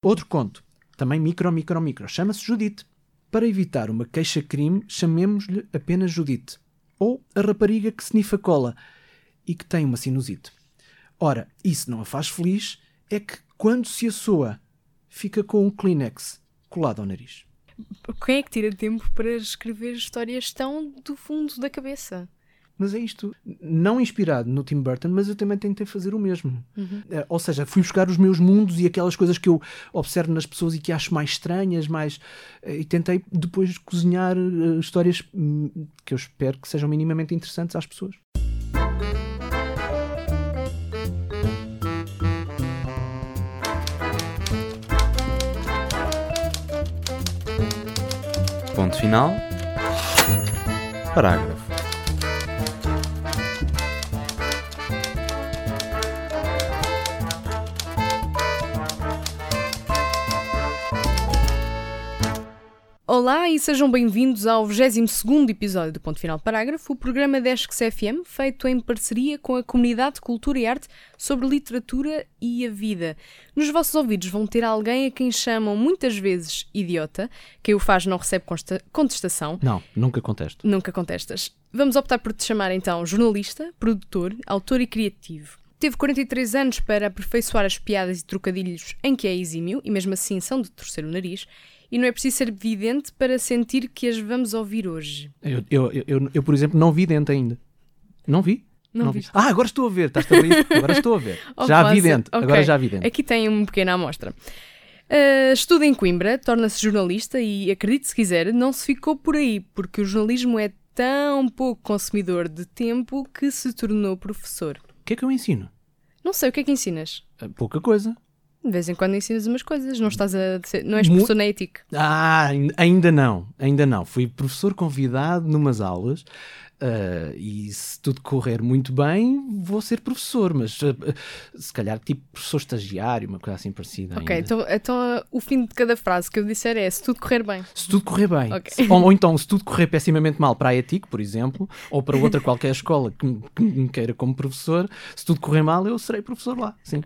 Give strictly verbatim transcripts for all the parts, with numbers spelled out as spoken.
Outro conto, também micro, micro, micro, chama-se Judite. Para evitar uma queixa-crime, chamemos-lhe apenas Judite. Ou a rapariga que snifa cola e que tem uma sinusite. Ora, isso não a faz feliz, é que quando se assoa, fica com um Kleenex colado ao nariz. Quem é que tira tempo para escrever histórias tão do fundo da cabeça? Mas é isto, não inspirado no Tim Burton, mas eu também tentei fazer o mesmo. Uhum. Uh, ou seja, fui buscar os meus mundos e aquelas coisas que eu observo nas pessoas e que acho mais estranhas, mais, uh, e tentei depois cozinhar uh, histórias um, que eu espero que sejam minimamente interessantes às pessoas. Ponto final. Parágrafo. Olá e sejam bem-vindos ao vigésimo segundo episódio do Ponto Final Parágrafo, o programa da Esques F M, feito em parceria com a Comunidade de Cultura e Arte sobre literatura e a vida. Nos vossos ouvidos vão ter alguém a quem chamam muitas vezes idiota. Quem o faz não recebe consta- contestação. Não, nunca contesto. Nunca contestas. Vamos optar por te chamar então jornalista, produtor, autor e criativo. Teve quarenta e três anos para aperfeiçoar as piadas e trocadilhos em que é exímio, e mesmo assim são de torcer o nariz. E não é preciso ser vidente para sentir que as vamos ouvir hoje. Eu, eu, eu, eu, eu por exemplo, não vi dente ainda. Não vi? Não, não vi. vi. Ah, agora estou a ver. Estás a ver? Agora estou a ver. Oh, já fácil. vi dente. Okay. Agora já vi dente. Aqui tem uma pequena amostra. Uh, estuda em Coimbra, torna-se jornalista e, acredite se quiser, não se ficou por aí, porque o jornalismo é tão pouco consumidor de tempo que se tornou professor. O que é que eu ensino? Não sei, o que é que ensinas? Pouca coisa. De vez em quando ensinas umas coisas, não estás a dizer, não és Mu- professor na E T I C. Ah, ainda não, ainda não. Fui professor convidado numas aulas uh, e se tudo correr muito bem vou ser professor, mas uh, uh, se calhar tipo professor estagiário, uma coisa assim parecida. Ok, ainda. então, então uh, o fim de cada frase que eu disser é se tudo correr bem. Se tudo correr bem. Ok. Se- ou, ou então se tudo correr pessimamente mal para a E T I C, por exemplo, ou para outra qualquer escola que, me- que me queira como professor, se tudo correr mal eu serei professor lá, sim.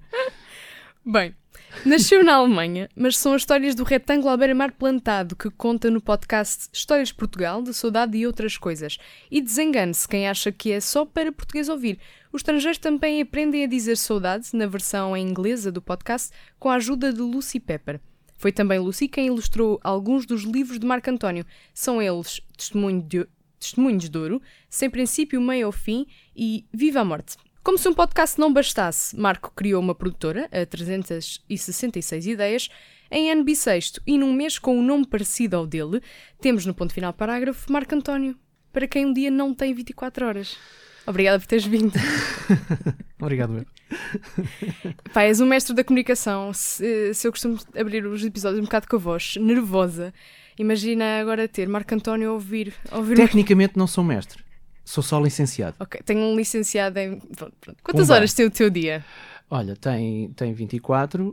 Bem, nasceu na Alemanha, mas são as histórias do retângulo à beira-mar plantado que conta no podcast Histórias de Portugal, de Saudade e Outras Coisas. E desengane-se quem acha que é só para português ouvir. Os estrangeiros também aprendem a dizer saudade, na versão em inglesa do podcast, com a ajuda de Lucy Pepper. Foi também Lucy quem ilustrou alguns dos livros de Marco António. São eles Testemunho de, Testemunhos de Ouro, Sem Princípio, Meio ao Fim e Viva a Morte. Como se um podcast não bastasse, Marco criou uma produtora, a trezentas e sessenta e seis Ideias, em ano bissexto e num mês com um nome parecido ao dele, temos no ponto final parágrafo Marco António, para quem um dia não tem vinte e quatro horas. Obrigada por teres vindo. Obrigado, meu. Pá, és um mestre da comunicação. Se, se eu costumo abrir os episódios um bocado com a voz nervosa, imagina agora ter Marco António a ouvir... A ouvir Tecnicamente não sou mestre. Sou só licenciado. Ok, tenho um licenciado em... Pronto, pronto. Quantas Pumba. horas tem o teu dia? Olha, tem, tem vinte e quatro,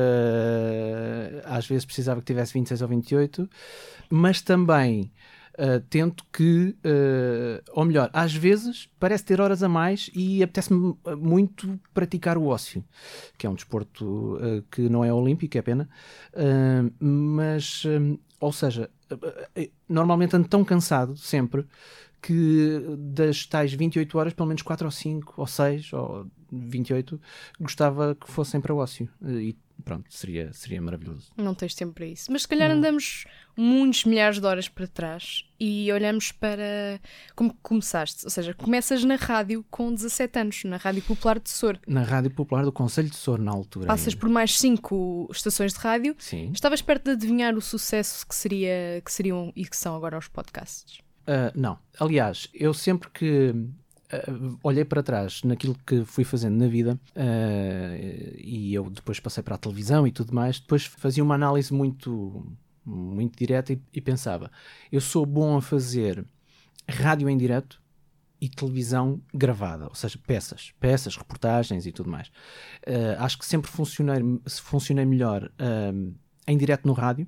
uh, às vezes precisava que tivesse vinte e seis ou vinte e oito, mas também uh, tento que, uh, ou melhor, às vezes parece ter horas a mais e apetece-me muito praticar o ócio, que é um desporto uh, que não é olímpico, é pena, uh, mas, um, ou seja, uh, uh, normalmente ando tão cansado, sempre, que das tais vinte e oito horas, pelo menos quatro ou cinco, ou seis, ou vinte e oito, gostava que fossem para o ócio. E pronto, seria, seria maravilhoso. Não tens tempo para isso. Mas se calhar Não. andamos muitos milhares de horas para trás e olhamos para como começaste. Ou seja, começas na rádio com dezassete anos, na Rádio Popular de Sor. Na Rádio Popular do Conselho de Sor, na altura. Passas ainda. por mais cinco estações de rádio. Sim. Estavas perto de adivinhar o sucesso que, seria, que seriam e que são agora os podcasts. Uh, não. Aliás, eu sempre que uh, olhei para trás naquilo que fui fazendo na vida, uh, e eu depois passei para a televisão e tudo mais, depois fazia uma análise muito, muito direta e, e pensava, eu sou bom a fazer rádio em direto e televisão gravada, ou seja, peças, peças, reportagens e tudo mais. Uh, acho que sempre funcionei, funcionei melhor uh, em direto no rádio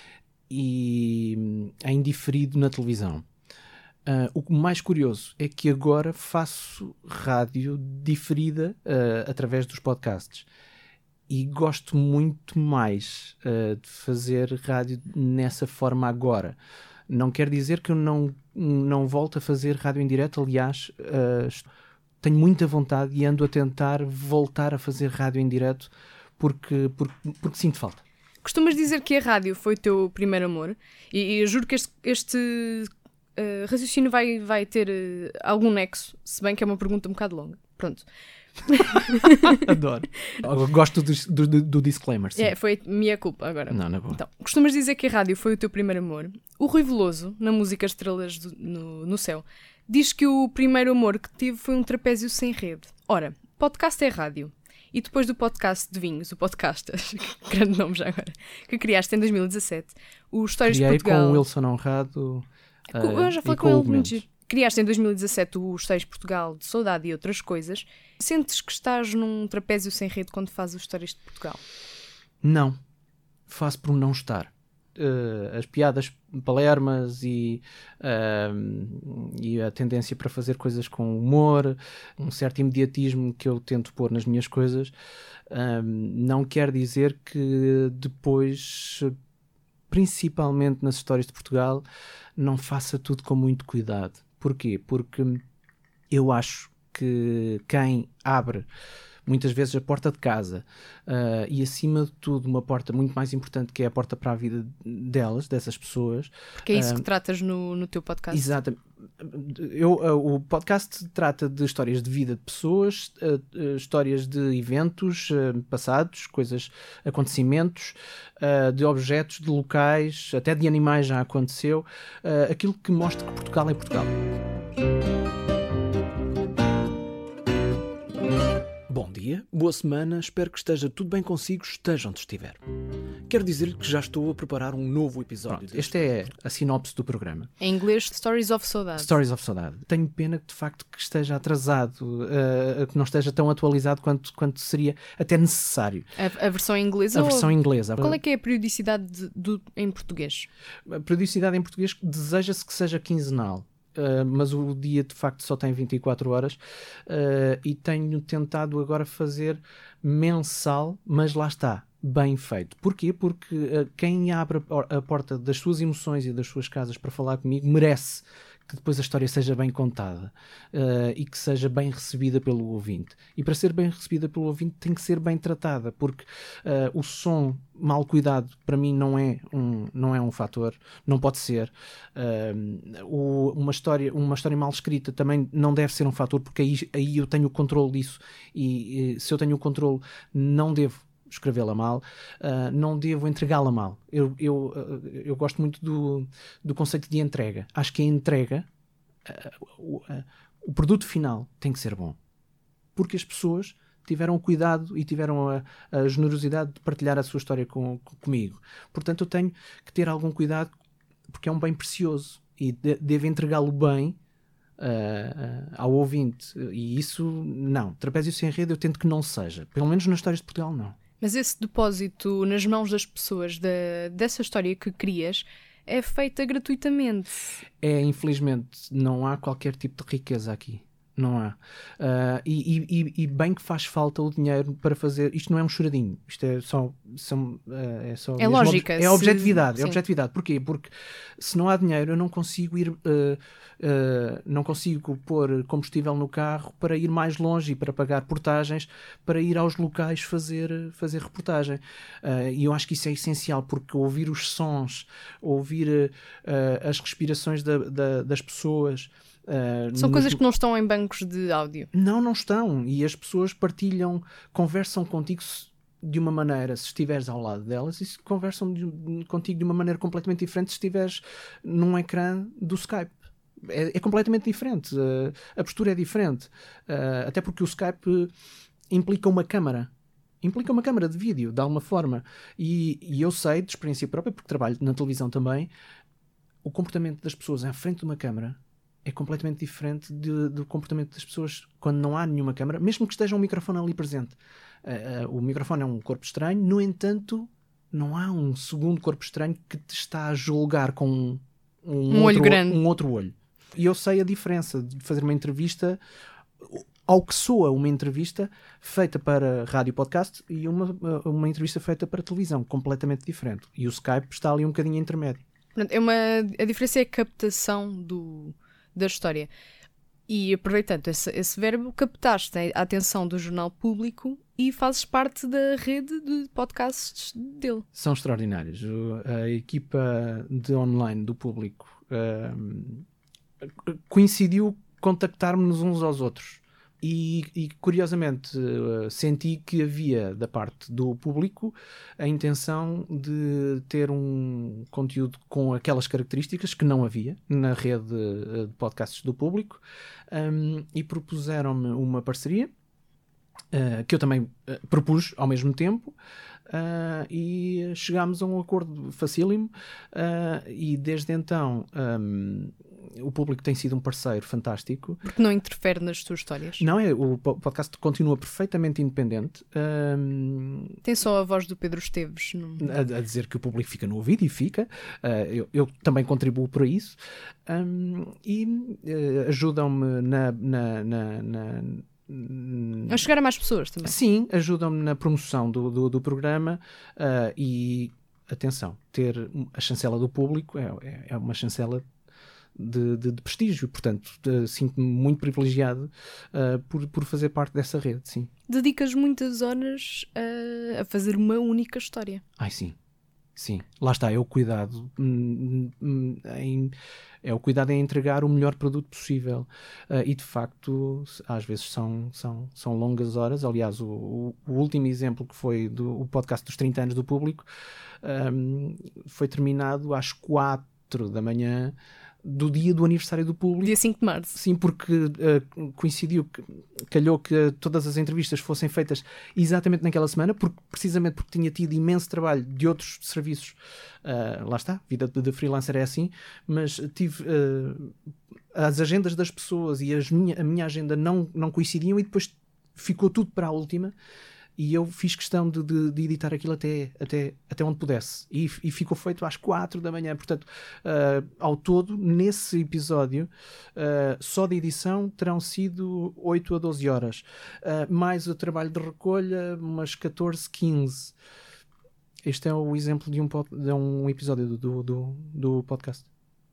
e em diferido na televisão. Uh, o mais curioso é que agora faço rádio diferida uh, através dos podcasts e gosto muito mais uh, de fazer rádio nessa forma agora. Não quer dizer que eu não, não volto a fazer rádio em direto, aliás, uh, tenho muita vontade e ando a tentar voltar a fazer rádio em direto porque, porque, porque sinto falta. Costumas dizer que a rádio foi o teu primeiro amor e, e eu juro que este, este uh, raciocínio vai, vai ter uh, algum nexo, se bem que é uma pergunta um bocado longa. Pronto. Adoro. Eu gosto do, do, do disclaimer. Sim. É, foi minha culpa agora. Não, não é bom. Então, costumas dizer que a rádio foi o teu primeiro amor. O Rui Veloso, na música Estrelas do, no, no Céu, diz que o primeiro amor que tive foi um trapézio sem rede. Ora, podcast é rádio. E depois do podcast de vinhos, o Podcastas, grande nome já agora, que criaste em dois mil e dezassete, o Histórias Criei de Portugal... com o Wilson Honrado uh, eu já falei e com, com ele o Mendes. Criaste em dois mil e dezassete o Histórias de Portugal de Saudade e Outras Coisas. Sentes que estás num trapézio sem rede quando fazes o Histórias de Portugal? Não. Faço por não estar. Uh, as piadas palermas e, uh, e a tendência para fazer coisas com humor, um certo imediatismo que eu tento pôr nas minhas coisas, uh, não quer dizer que depois, principalmente nas histórias de Portugal, não faça tudo com muito cuidado. Porquê? Porque eu acho que quem abre muitas vezes a porta de casa uh, e acima de tudo uma porta muito mais importante que é a porta para a vida delas, dessas pessoas. Porque é isso uh, que tratas no, no teu podcast. Exatamente. Eu, uh, o podcast trata de histórias de vida de pessoas, uh, uh, histórias de eventos uh, passados, coisas, acontecimentos, uh, de objetos, de locais, até de animais já aconteceu, uh, aquilo que mostra que Portugal é Portugal. Bom dia, boa semana, espero que esteja tudo bem consigo, esteja onde estiver. Quero dizer-lhe que já estou a preparar um novo episódio. Pronto, esta é a sinopse do programa. Em inglês, Stories of Saudade. Stories of Saudade. Tenho pena de facto que esteja atrasado, uh, que não esteja tão atualizado quanto, quanto seria até necessário. A, a versão em inglês? A ou... versão inglesa. Qual é que é a periodicidade de, do, em português? A periodicidade em português deseja-se que seja quinzenal. Uh, mas o dia de facto só tem vinte e quatro horas uh, e tenho tentado agora fazer mensal, mas lá está, bem feito. Porquê? Porque uh, quem abre a porta das suas emoções e das suas casas para falar comigo merece que depois a história seja bem contada uh, e que seja bem recebida pelo ouvinte. E para ser bem recebida pelo ouvinte tem que ser bem tratada, porque uh, o som mal cuidado para mim não é um, não é um fator, não pode ser. Uh, o, uma, história, uma história mal escrita também não deve ser um fator, porque aí, aí eu tenho o controle disso e, e se eu tenho o controle não devo escrevê-la mal, uh, não devo entregá-la mal. Eu, eu, uh, eu gosto muito do, do conceito de entrega. Acho que a entrega, uh, o, uh, o produto final tem que ser bom. Porque as pessoas tiveram o cuidado e tiveram a, a generosidade de partilhar a sua história com, com, comigo. Portanto, eu tenho que ter algum cuidado porque é um bem precioso e de, devo entregá-lo bem Uh, uh, ao ouvinte. E isso, não. Trapézio sem rede eu tento que não seja. Pelo menos nas histórias de Portugal, não. Mas esse depósito nas mãos das pessoas de, dessa história que crias é feita gratuitamente. É, infelizmente, não há qualquer tipo de riqueza aqui. Não há. Uh, e, e, e bem que faz falta o dinheiro para fazer... Isto não é um choradinho. Isto é só... São, uh, é só é lógica. Ob... É objetividade. Se... É objetividade. Porquê? Porque se não há dinheiro eu não consigo ir... Uh, uh, não consigo pôr combustível no carro para ir mais longe e para pagar portagens, para ir aos locais fazer, fazer reportagem. Uh, e eu acho que isso é essencial, porque ouvir os sons, ouvir uh, as respirações da, da, das pessoas... Uh, São nos... coisas que não estão em bancos de áudio. Não, não estão. E as pessoas partilham, conversam contigo de uma maneira se estiveres ao lado delas e conversam de, contigo de uma maneira completamente diferente se estiveres num ecrã do Skype. É, é completamente diferente. Uh, a postura é diferente. Uh, até porque o Skype implica uma câmara. Implica uma câmara de vídeo, de alguma forma. E, e eu sei, de experiência própria, porque trabalho na televisão também, o comportamento das pessoas à frente de uma câmara é completamente diferente de, do comportamento das pessoas quando não há nenhuma câmara, mesmo que esteja um microfone ali presente. Uh, uh, o microfone é um corpo estranho, no entanto, não há um segundo corpo estranho que te está a julgar com um, um, um outro, olho grande. um outro olho. E eu sei a diferença de fazer uma entrevista. ao que soa uma entrevista feita para rádio podcast e uma, uma entrevista feita para televisão, completamente diferente. E o Skype está ali um bocadinho intermédio. É uma, a diferença é a captação do, da história. E aproveitando esse, esse verbo, captaste a atenção do Jornal Público e fazes parte da rede de podcasts dele. São extraordinários. A equipa de online do Público uh, coincidiu contactar-nos uns aos outros. E, e curiosamente uh, senti que havia da parte do Público a intenção de ter um conteúdo com aquelas características que não havia na rede uh, de podcasts do Público, um, e propuseram-me uma parceria uh, que eu também uh, propus ao mesmo tempo. Uh, e chegámos a um acordo facílimo, uh, e desde então um, o Público tem sido um parceiro fantástico. Porque não interfere nas tuas histórias? Não, é, o podcast continua perfeitamente independente. Um, tem só a voz do Pedro Esteves. No... A, a dizer que o Público fica no ouvido, e fica. Uh, eu, eu também contribuo para isso. Um, e uh, ajudam-me na... na, na, na a chegar a mais pessoas também. Sim, ajudam-me na promoção do, do, do programa, uh, e, atenção, ter a chancela do Público é, é, é uma chancela de, de, de prestígio, portanto uh, sinto-me muito privilegiado uh, por, por fazer parte dessa rede, sim. Dedicas muitas horas uh, a fazer uma única história. Ai, sim. Sim, lá está, é o cuidado em, é o cuidado em entregar o melhor produto possível, uh, e de facto às vezes são, são, são longas horas. Aliás, o, o último exemplo, que foi do, o podcast dos trinta anos do Público, um, foi terminado às quatro da manhã do dia do aniversário do Público. Dia cinco de março. Sim, porque uh, coincidiu, que calhou que todas as entrevistas fossem feitas exatamente naquela semana, porque, precisamente porque tinha tido imenso trabalho de outros serviços. Uh, lá está, a vida de, de freelancer é assim, mas tive uh, as agendas das pessoas e as minha, a minha agenda não, não coincidiam, e depois ficou tudo para a última. E eu fiz questão de, de, de editar aquilo até, até, até onde pudesse. E, e ficou feito às quatro da manhã. Portanto, uh, ao todo, nesse episódio, uh, só de edição terão sido oito a doze horas. Uh, mais o trabalho de recolha, umas catorze, quinze. Este é o exemplo de um, pod, de um episódio do, do, do podcast.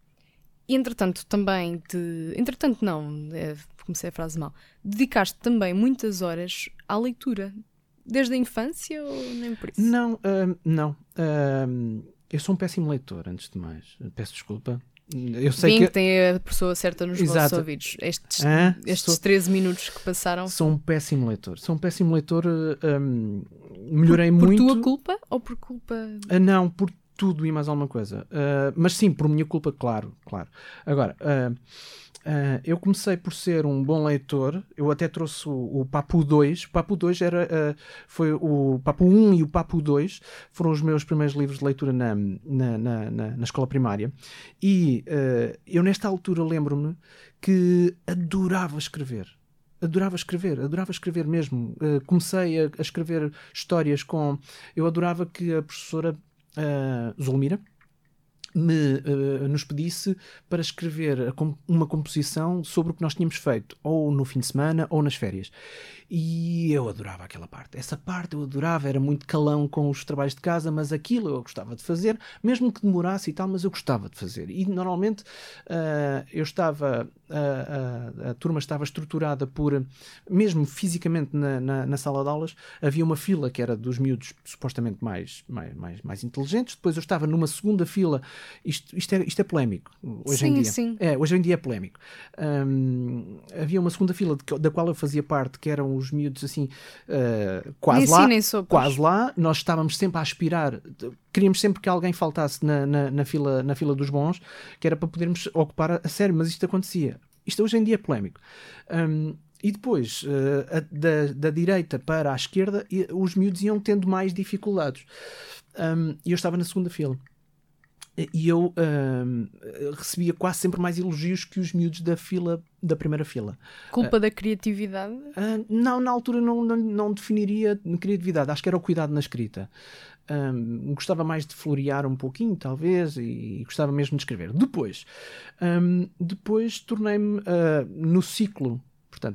E entretanto, também, de... entretanto não, é, comecei a frase mal, dedicaste também muitas horas à leitura. Desde a infância ou nem por isso? Não, uh, não. Uh, eu sou um péssimo leitor, antes de mais. Peço desculpa. Eu sei Bem que... que tem a pessoa certa nos Exato. vossos ouvidos. Estes, ah, estes sou... treze minutos que passaram. Sou um péssimo leitor. Sou um péssimo leitor. Um, melhorei por, por muito. Por tua culpa ou por culpa... Uh, não, por tudo e mais alguma coisa. Uh, mas sim, por minha culpa, claro. claro. Agora... Uh, Uh, eu comecei por ser um bom leitor. Eu até trouxe o, o Papo dois. O Papo dois era, uh, foi o Papo um e o Papo dois foram os meus primeiros livros de leitura na, na, na, na, na escola primária. E uh, eu nesta altura lembro-me que adorava escrever. Adorava escrever, adorava escrever mesmo. Uh, comecei a, a escrever histórias com... Eu adorava que a professora uh, Zulmira me, uh, nos pedisse para escrever uma composição sobre o que nós tínhamos feito, ou no fim de semana ou nas férias. E eu adorava aquela parte. Essa parte eu adorava, era muito calão com os trabalhos de casa, mas aquilo eu gostava de fazer, mesmo que demorasse e tal, mas eu gostava de fazer. E normalmente uh, eu estava, uh, uh, a turma estava estruturada por, mesmo fisicamente na, na, na sala de aulas, havia uma fila que era dos miúdos supostamente mais, mais, mais, mais inteligentes, depois eu estava numa segunda fila. Isto, isto, é, isto é polémico hoje sim, em dia. Sim. É, hoje em dia é polémico. Um, havia uma segunda fila de, da qual eu fazia parte, que eram os miúdos assim, uh, quase lá. Quase lá. Nós estávamos sempre a aspirar. Queríamos sempre que alguém faltasse na, na, na, fila, na fila dos bons, que era para podermos ocupar a, a sério, mas isto acontecia. Isto hoje em dia é polémico. Um, E depois, uh, a, da, da direita para a esquerda, os miúdos iam tendo mais dificuldades. Um, e eu estava na segunda fila. E eu uh, recebia quase sempre mais elogios que os miúdos da fila, da primeira fila. Culpa uh, da criatividade? Uh, não, na altura não, não, não definiria criatividade. Acho que era o cuidado na escrita. Um, gostava mais de florear um pouquinho, talvez, e, e gostava mesmo de escrever. Depois, um, depois tornei-me uh, no ciclo, portanto,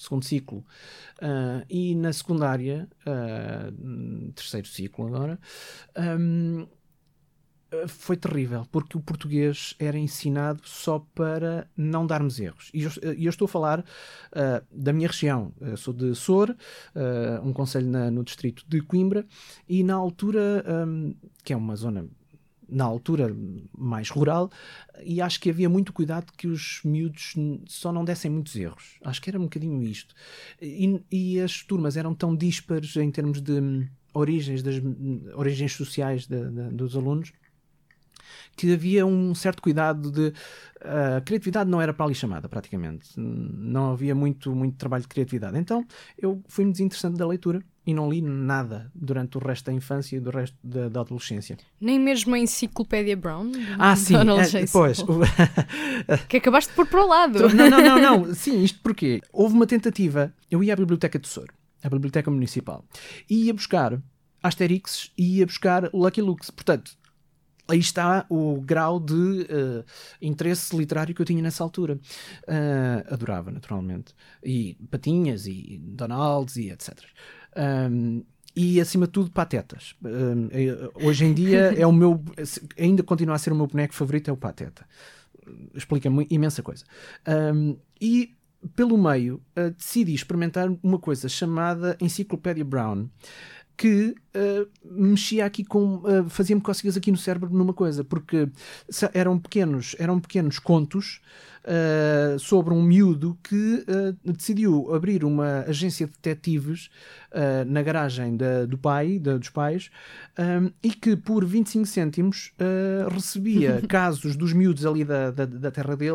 segundo ciclo, uh, e na secundária, uh, terceiro ciclo agora, um, foi terrível, porque o português era ensinado só para não darmos erros. E eu, eu estou a falar uh, da minha região. Eu sou de Sor, uh, um concelho na, no distrito de Coimbra, e na altura, um, que é uma zona, na altura, mais rural, e acho que havia muito cuidado que os miúdos só não dessem muitos erros. Acho que era um bocadinho isto. E, e as turmas eram tão díspares em termos de origens, das origens sociais de, de, dos alunos, que havia um certo cuidado de... Uh, a criatividade não era para ali chamada, praticamente. Não havia muito, muito trabalho de criatividade. Então, eu fui-me desinteressante da leitura e não li nada durante o resto da infância e do resto da, da adolescência. Nem mesmo a Enciclopédia Brown? Ah, sim. É, pois. Que acabaste de pôr para o lado. Não, não, não, não. Sim, isto porquê? Houve uma tentativa. Eu ia à Biblioteca de Sor, à Biblioteca Municipal, e ia buscar Asterix e ia buscar Lucky Luke. Portanto, aí está o grau de uh, interesse literário que eu tinha nessa altura. Uh, adorava, naturalmente. E Patinhas, e Donalds, e etcétera. Um, e, acima de tudo, Patetas. Um, hoje em dia, é o meu, ainda continua a ser o meu boneco favorito, é o Pateta. Explica-me imensa coisa. Um, e, pelo meio, uh, decidi experimentar uma coisa chamada Enciclopédia Brown, que uh, mexia aqui com... Uh, fazia-me cócegas aqui no cérebro numa coisa, porque eram pequenos, eram pequenos contos uh, sobre um miúdo que uh, decidiu abrir uma agência de detetives uh, na garagem da, do pai, da, dos pais, um, e que por vinte e cinco cêntimos uh, recebia casos dos miúdos ali da, da, da terra dele,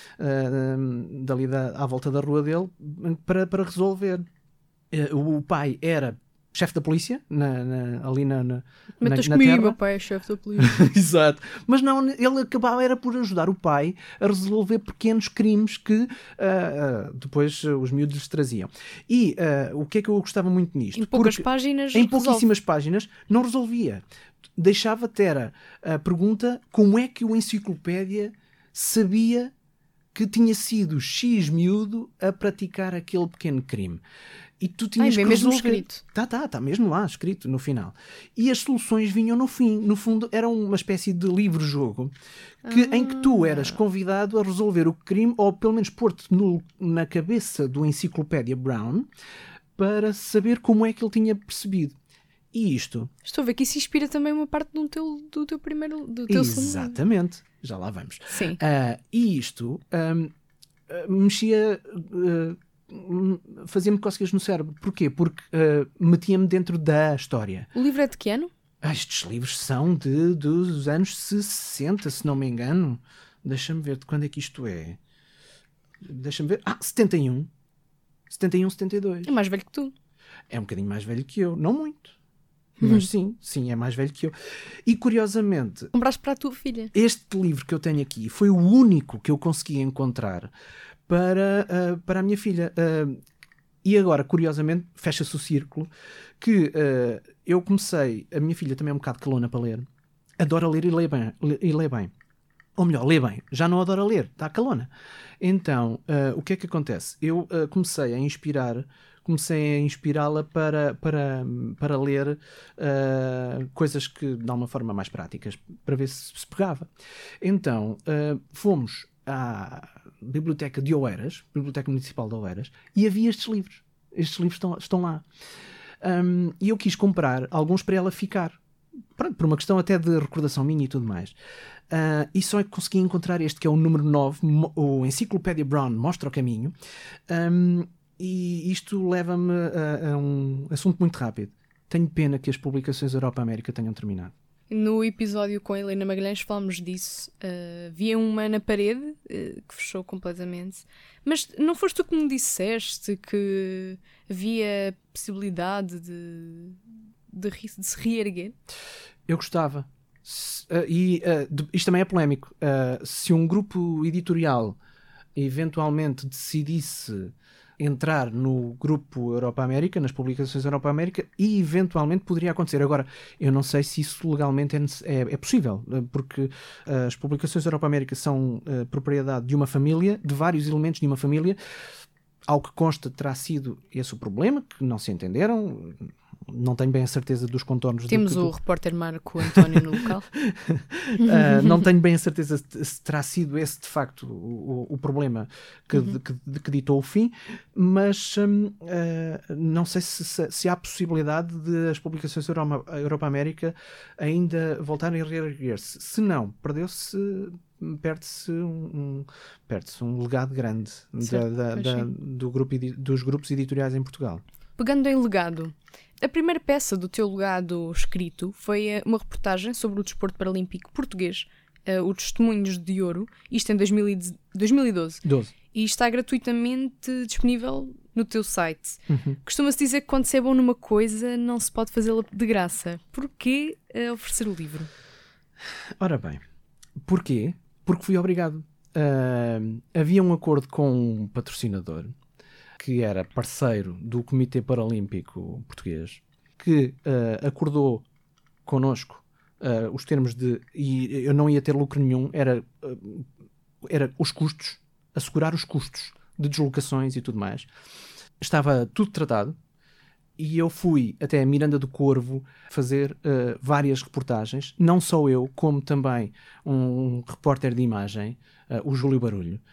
uh, dali da, à volta da rua dele, para, para resolver. Uh, o pai era chefe da polícia, na, na, ali na, na, Mas na, na comigo, terra. Meu pai é chefe da polícia. Exato. Mas não, ele acabava era por ajudar o pai a resolver pequenos crimes que uh, uh, depois uh, os miúdos lhes traziam. E uh, o que é que eu gostava muito nisto? Em poucas Porque páginas Em resolve. pouquíssimas páginas não resolvia. Deixava-te era a pergunta como é que o Enciclopédia sabia que tinha sido X miúdo a praticar aquele pequeno crime. E tu tinhas Ai, que mesmo resolver. escrito. Tá, tá, tá mesmo lá, escrito no final. E as soluções vinham no fim. No fundo, era uma espécie de livro-jogo que, ah. em que tu eras convidado a resolver o crime, ou pelo menos pôr-te no, na cabeça do Enciclopédia Brown para saber como é que ele tinha percebido. E isto... Estou a ver que isso inspira também uma parte do teu, do teu primeiro... Do teu Exatamente. Segundo. Já lá vamos. Sim. Uh, e isto um, uh, mexia... Uh, fazia-me cócegas no cérebro. Porquê? Porque uh, metia-me dentro da história. O livro é de que ano? Ah, estes livros são de, dos anos sessenta, se não me engano. Deixa-me ver de quando é que isto é. Deixa-me ver. Ah, setenta e um. setenta e um, setenta e dois. É mais velho que tu. É um bocadinho mais velho que eu. Não muito. Mas sim, sim, é mais velho que eu. E curiosamente... Compraste para a tua filha. Este livro que eu tenho aqui foi o único que eu consegui encontrar para, uh, para a minha filha. Uh, e agora, curiosamente, fecha-se o círculo, que uh, eu comecei... A minha filha também é um bocado calona para ler. Adora ler e lê bem. E lê bem. Ou melhor, lê bem. Já não adora ler. Está calona. Então, uh, o que é que acontece? Eu uh, comecei a inspirar... Comecei a inspirá-la para, para, para ler uh, coisas que, de alguma forma, mais práticas, para ver se se pegava. Então, uh, fomos à Biblioteca de Oeiras, Biblioteca Municipal de Oeiras, e havia estes livros. Estes livros estão, estão lá. Um, e eu quis comprar alguns para ela ficar. Pronto, por uma questão até de recordação minha e tudo mais. Uh, e só consegui encontrar este, que é o número nove, o Enciclopédia Brown Mostra o Caminho. Um, E isto leva-me a, a um assunto muito rápido. Tenho pena que as publicações Europa-América tenham terminado. No episódio com a Helena Magalhães falámos disso. Uh, havia uma na parede uh, que fechou completamente. Mas não foste tu que me disseste que havia possibilidade de, de, de se reerguer? Eu gostava. Se, uh, e uh, de, isto também é polémico. Uh, se um grupo editorial eventualmente decidisse entrar no grupo Europa-América, nas publicações Europa-América, e eventualmente poderia acontecer. Agora, eu não sei se isso legalmente é, é, é possível, porque uh, as publicações Europa-América são uh, propriedade de uma família, de vários elementos de uma família, ao que consta, terá sido esse o problema, que não se entenderam. Não tenho bem a certeza dos contornos. Temos do o repórter Marco António no local. uh, não tenho bem a certeza se terá sido esse, de facto, o, o problema que, uhum. que, que ditou o fim, mas um, uh, não sei se, se, se há possibilidade de as publicações Europa, Europa-América ainda voltarem a reerguer-se. Se não, perdeu-se... perde-se um, um, perde-se um legado grande certo, da, da, da, do grupo, dos grupos editoriais em Portugal. Pegando em legado, a primeira peça do teu legado escrito foi uma reportagem sobre o desporto paralímpico português, uh, o Testemunhos de Ouro, isto em dois mil e doze. doze. E está gratuitamente disponível no teu site. Uhum. Costuma-se dizer que quando se é bom numa coisa não se pode fazê-la de graça. Porquê uh, oferecer o livro? Ora bem, porquê? Porque fui obrigado. Uh, havia um acordo com um patrocinador que era parceiro do Comitê Paralímpico Português, que uh, acordou connosco uh, os termos de... E eu não ia ter lucro nenhum, era, uh, era os custos, assegurar os custos de deslocações e tudo mais. Estava tudo tratado e eu fui até Miranda do Corvo fazer uh, várias reportagens, não só eu, como também um, um repórter de imagem, uh, o Júlio Barulho.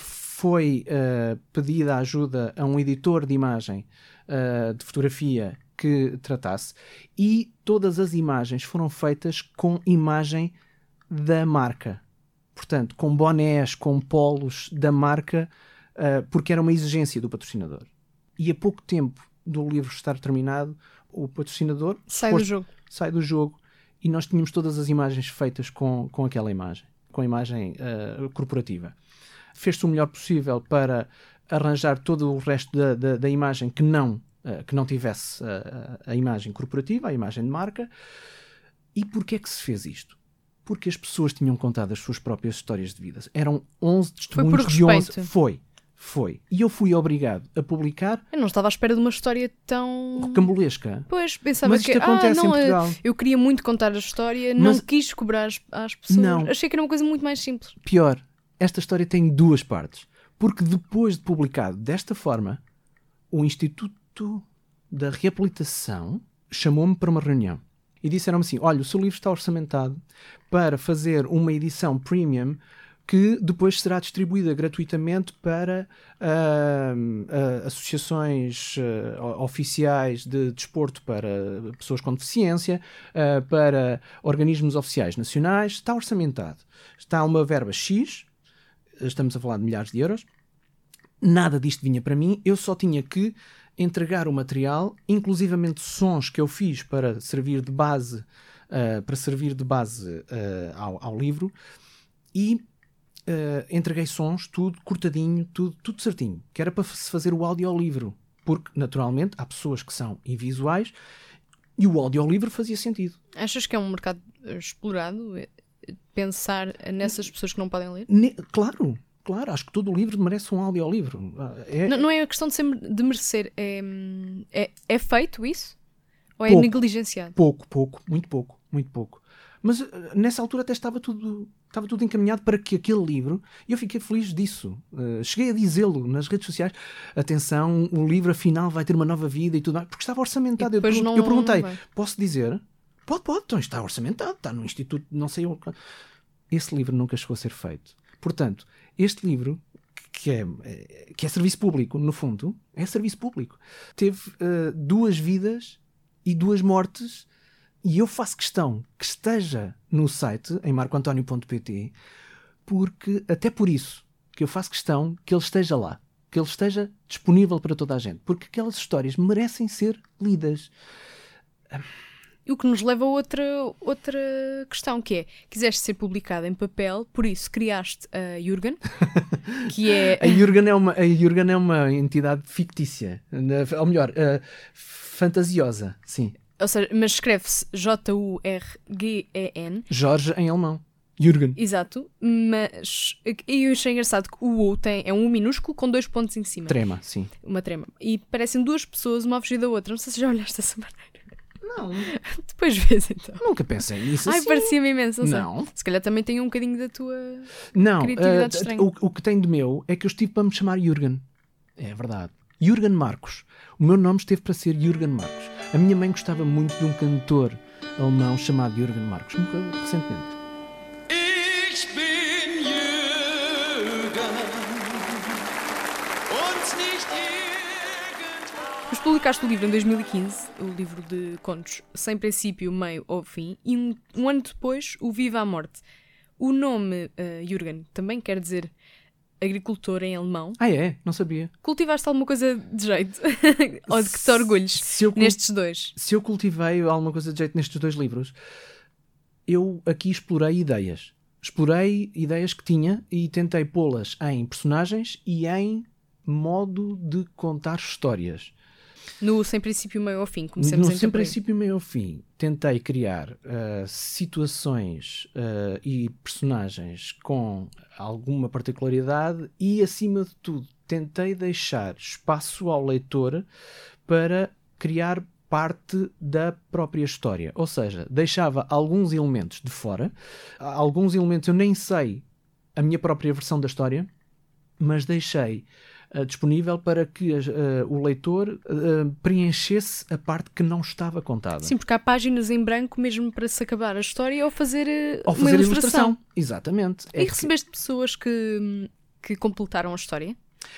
Foi uh, pedida ajuda a um editor de imagem, uh, de fotografia, que tratasse, e todas as imagens foram feitas com imagem da marca. Portanto, com bonés, com polos da marca, uh, porque era uma exigência do patrocinador. E a pouco tempo do livro estar terminado, o patrocinador sai do jogo. Sai do jogo e nós tínhamos todas as imagens feitas com, com aquela imagem, com a imagem uh, corporativa. Fez-se o melhor possível para arranjar todo o resto da, da, da imagem que não, uh, que não tivesse uh, a imagem corporativa, a imagem de marca. E porquê é que se fez isto? Porque as pessoas tinham contado as suas próprias histórias de vida. Eram onze testemunhos de onze. Foi. Foi. E eu fui obrigado a publicar... Eu não estava à espera de uma história tão... rocambolesca. Pois, pensava Mas isto que... acontece ah, não, em Portugal. Eu queria muito contar a história, Mas... não quis cobrar às, às pessoas. Não. Achei que era uma coisa muito mais simples. Pior, esta história tem duas partes. Porque depois de publicado desta forma, o Instituto da Reabilitação chamou-me para uma reunião. E disseram-me assim, olha, o seu livro está orçamentado para fazer uma edição premium que depois será distribuída gratuitamente para uh, uh, associações uh, oficiais de desporto para pessoas com deficiência, uh, para organismos oficiais nacionais. Está orçamentado. Está uma verba X, estamos a falar de milhares de euros. Nada disto vinha para mim, eu só tinha que entregar o material, inclusivamente sons que eu fiz para servir de base, uh, para servir de base uh, ao, ao livro, e Uh, entreguei sons, tudo cortadinho, tudo, tudo certinho, que era para se fazer o audiolivro, porque naturalmente há pessoas que são invisuais e o audiolivro fazia sentido. Achas que é um mercado explorado pensar nessas pessoas que não podem ler? Ne- claro, claro, acho que todo o livro merece um audiolivro. É, não, não é a questão de, ser, de merecer, é, é, é feito isso? Ou é pouco, negligenciado? Pouco, pouco, muito pouco, muito pouco. Mas nessa altura até estava tudo, estava tudo encaminhado para que aquele livro, e eu fiquei feliz disso. Uh, cheguei a dizê-lo nas redes sociais. Atenção, o livro afinal vai ter uma nova vida e tudo mais, porque estava orçamentado. Eu, não, eu perguntei, posso dizer? Pode, pode, então está orçamentado, está no Instituto, não sei onde. Esse livro nunca chegou a ser feito. Portanto, este livro, que é, que é serviço público, no fundo, é serviço público. Teve uh, duas vidas e duas mortes. E eu faço questão que esteja no site, em marco antonio ponto pt, porque, até por isso, que eu faço questão que ele esteja lá, que ele esteja disponível para toda a gente, porque aquelas histórias merecem ser lidas. E o que nos leva a outra, outra questão, que é, quiseste ser publicada em papel, por isso criaste a Jürgen, que é... A Jürgen é uma, a Jürgen é uma entidade fictícia, ou melhor, uh, fantasiosa, sim. Ou seja, mas escreve-se J U R G E N. Jorge em alemão. Jürgen. Exato. Mas eu achei engraçado que o U tem, é um U minúsculo com dois pontos em cima. Trema, sim. Uma trema. E parecem duas pessoas, uma a fugir da outra. Não sei se já olhaste dessa maneira. Não. Depois vês então. Nunca pensei nisso Ai, assim. parecia-me imenso. Não. Não. Se calhar também tem um bocadinho da tua não, criatividade uh, estranha. O, o que tem de meu é que eu estive para me chamar Jürgen. É verdade. Jürgen Marcos. O meu nome esteve para ser Jürgen Marcos. A minha mãe gostava muito de um cantor alemão chamado Jürgen Marcos. Morreu recentemente. Ich bin Jürgen und nicht irgendwann. Mas publicaste o livro em dois mil e quinze, o livro de contos Sem Princípio, Meio ou Fim, e um, um ano depois, o Viva a Morte. O nome uh, Jürgen também quer dizer agricultor em alemão. Ah, é? Não sabia. Cultivaste alguma coisa de jeito? Ou de que te orgulhes Se eu cul- nestes dois? Se eu cultivei alguma coisa de jeito nestes dois livros, eu aqui explorei ideias. Explorei ideias que tinha e tentei pô-las em personagens e em modo de contar histórias. No Sem Princípio, Meio ou Fim, comecemos No então Sem por aí. Princípio, Meio ao Fim, tentei criar uh, situações uh, e personagens com alguma particularidade e, acima de tudo, tentei deixar espaço ao leitor para criar parte da própria história. Ou seja, deixava alguns elementos de fora, alguns elementos eu nem sei a minha própria versão da história, mas deixei Uh, disponível para que uh, o leitor uh, preenchesse a parte que não estava contada. Sim, porque há páginas em branco mesmo para se acabar a história ou fazer, uh, Ou uma fazer ilustração. ilustração. Exatamente. E É que, recebeste pessoas que, que completaram a história?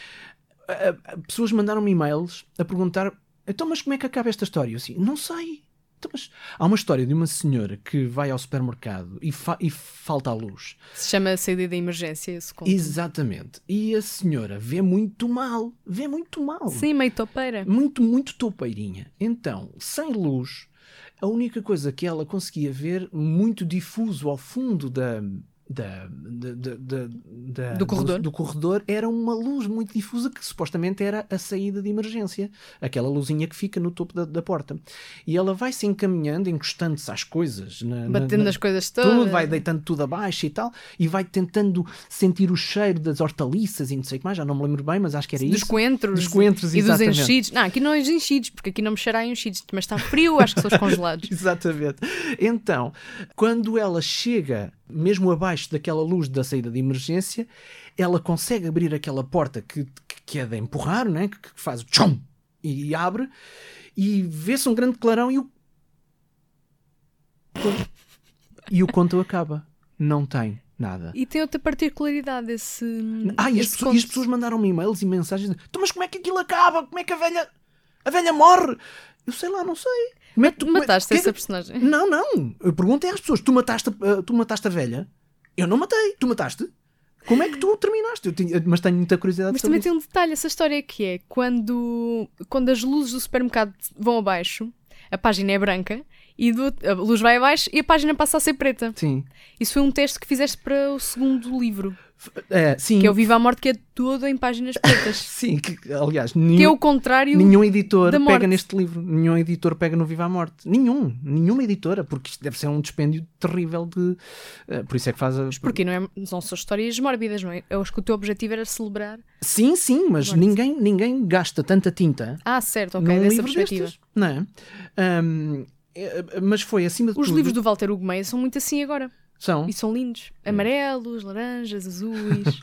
uh, pessoas mandaram-me e-mails a perguntar: então, mas como é que acaba esta história? Eu assim, não sei. Então, mas há uma história de uma senhora que vai ao supermercado e, fa- e falta a luz. Se chama Saída da Emergência, esse conto. Exatamente. E a senhora vê muito mal. Vê muito mal. Sim, meio topeira. Muito, muito toupeirinha. Então, sem luz, a única coisa que ela conseguia ver, muito difuso ao fundo da, da, da, da, da- da- Do corredor. do corredor, era uma luz muito difusa que supostamente era a saída de emergência. Aquela luzinha que fica no topo da, da porta. E ela vai se encaminhando, encostando-se às coisas. na- na- Batendo na- nas coisas todas. Tudo, vai deitando tudo abaixo e tal, e vai tentando sentir o cheiro das hortaliças e não sei o que mais, já não me lembro bem, mas acho que era Dos isso. coentros, Dos coentros, e dos exatamente. enchidos. Não, aqui não é os enchidos, porque aqui não me cheira a enchidos, mas está frio, acho que são os congelados. Exatamente. Então, quando ela chega mesmo abaixo daquela luz da saída de emergência, ela consegue abrir aquela porta que, que é de empurrar, né? que, que faz o tchum e abre, e vê-se um grande clarão e o e o conto acaba. Não tem nada. E tem outra particularidade esse. Ah, e as, esse pessoas, conto. e as pessoas mandaram-me e-mails e mensagens de, então, mas como é que aquilo acaba? Como é que a velha a velha morre? Eu sei lá, não sei. Como é que tu, como é- Mataste que é essa que- personagem? Não, não. Eu pergunto é às pessoas, tu mataste, a- tu mataste a velha? Eu não matei. Tu mataste? Como é que tu terminaste? Eu tinha- mas tenho muita curiosidade Mas sobre também tem um detalhe, essa história que é quando, quando as luzes do supermercado vão abaixo, a página é branca e do- a luz vai abaixo e a página passa a ser preta. isso. Sim. Isso foi um teste que fizeste para o segundo livro, É, sim. que é o Viva a Morte, que é todo em páginas pretas. Sim, que, aliás, Que é nenhum, o contrário. nenhum editor da pega morte. neste livro. Nenhum editor pega no Viva a Morte. Nenhum. Nenhuma editora, porque isto deve ser um dispêndio terrível de... eh, por isso é que faz a... Porque não, é, não são histórias mórbidas, não é? Eu acho que o teu objetivo era celebrar. Sim, sim, mas Morte. ninguém, ninguém gasta tanta tinta Ah, certo, ok, num dessa livro perspectiva. destes. Não é? Ahm, é, mas foi acima de Os tudo... livros do Walter Hugo Meia são muito assim agora. São. E são lindos. Amarelos, laranjas, azuis.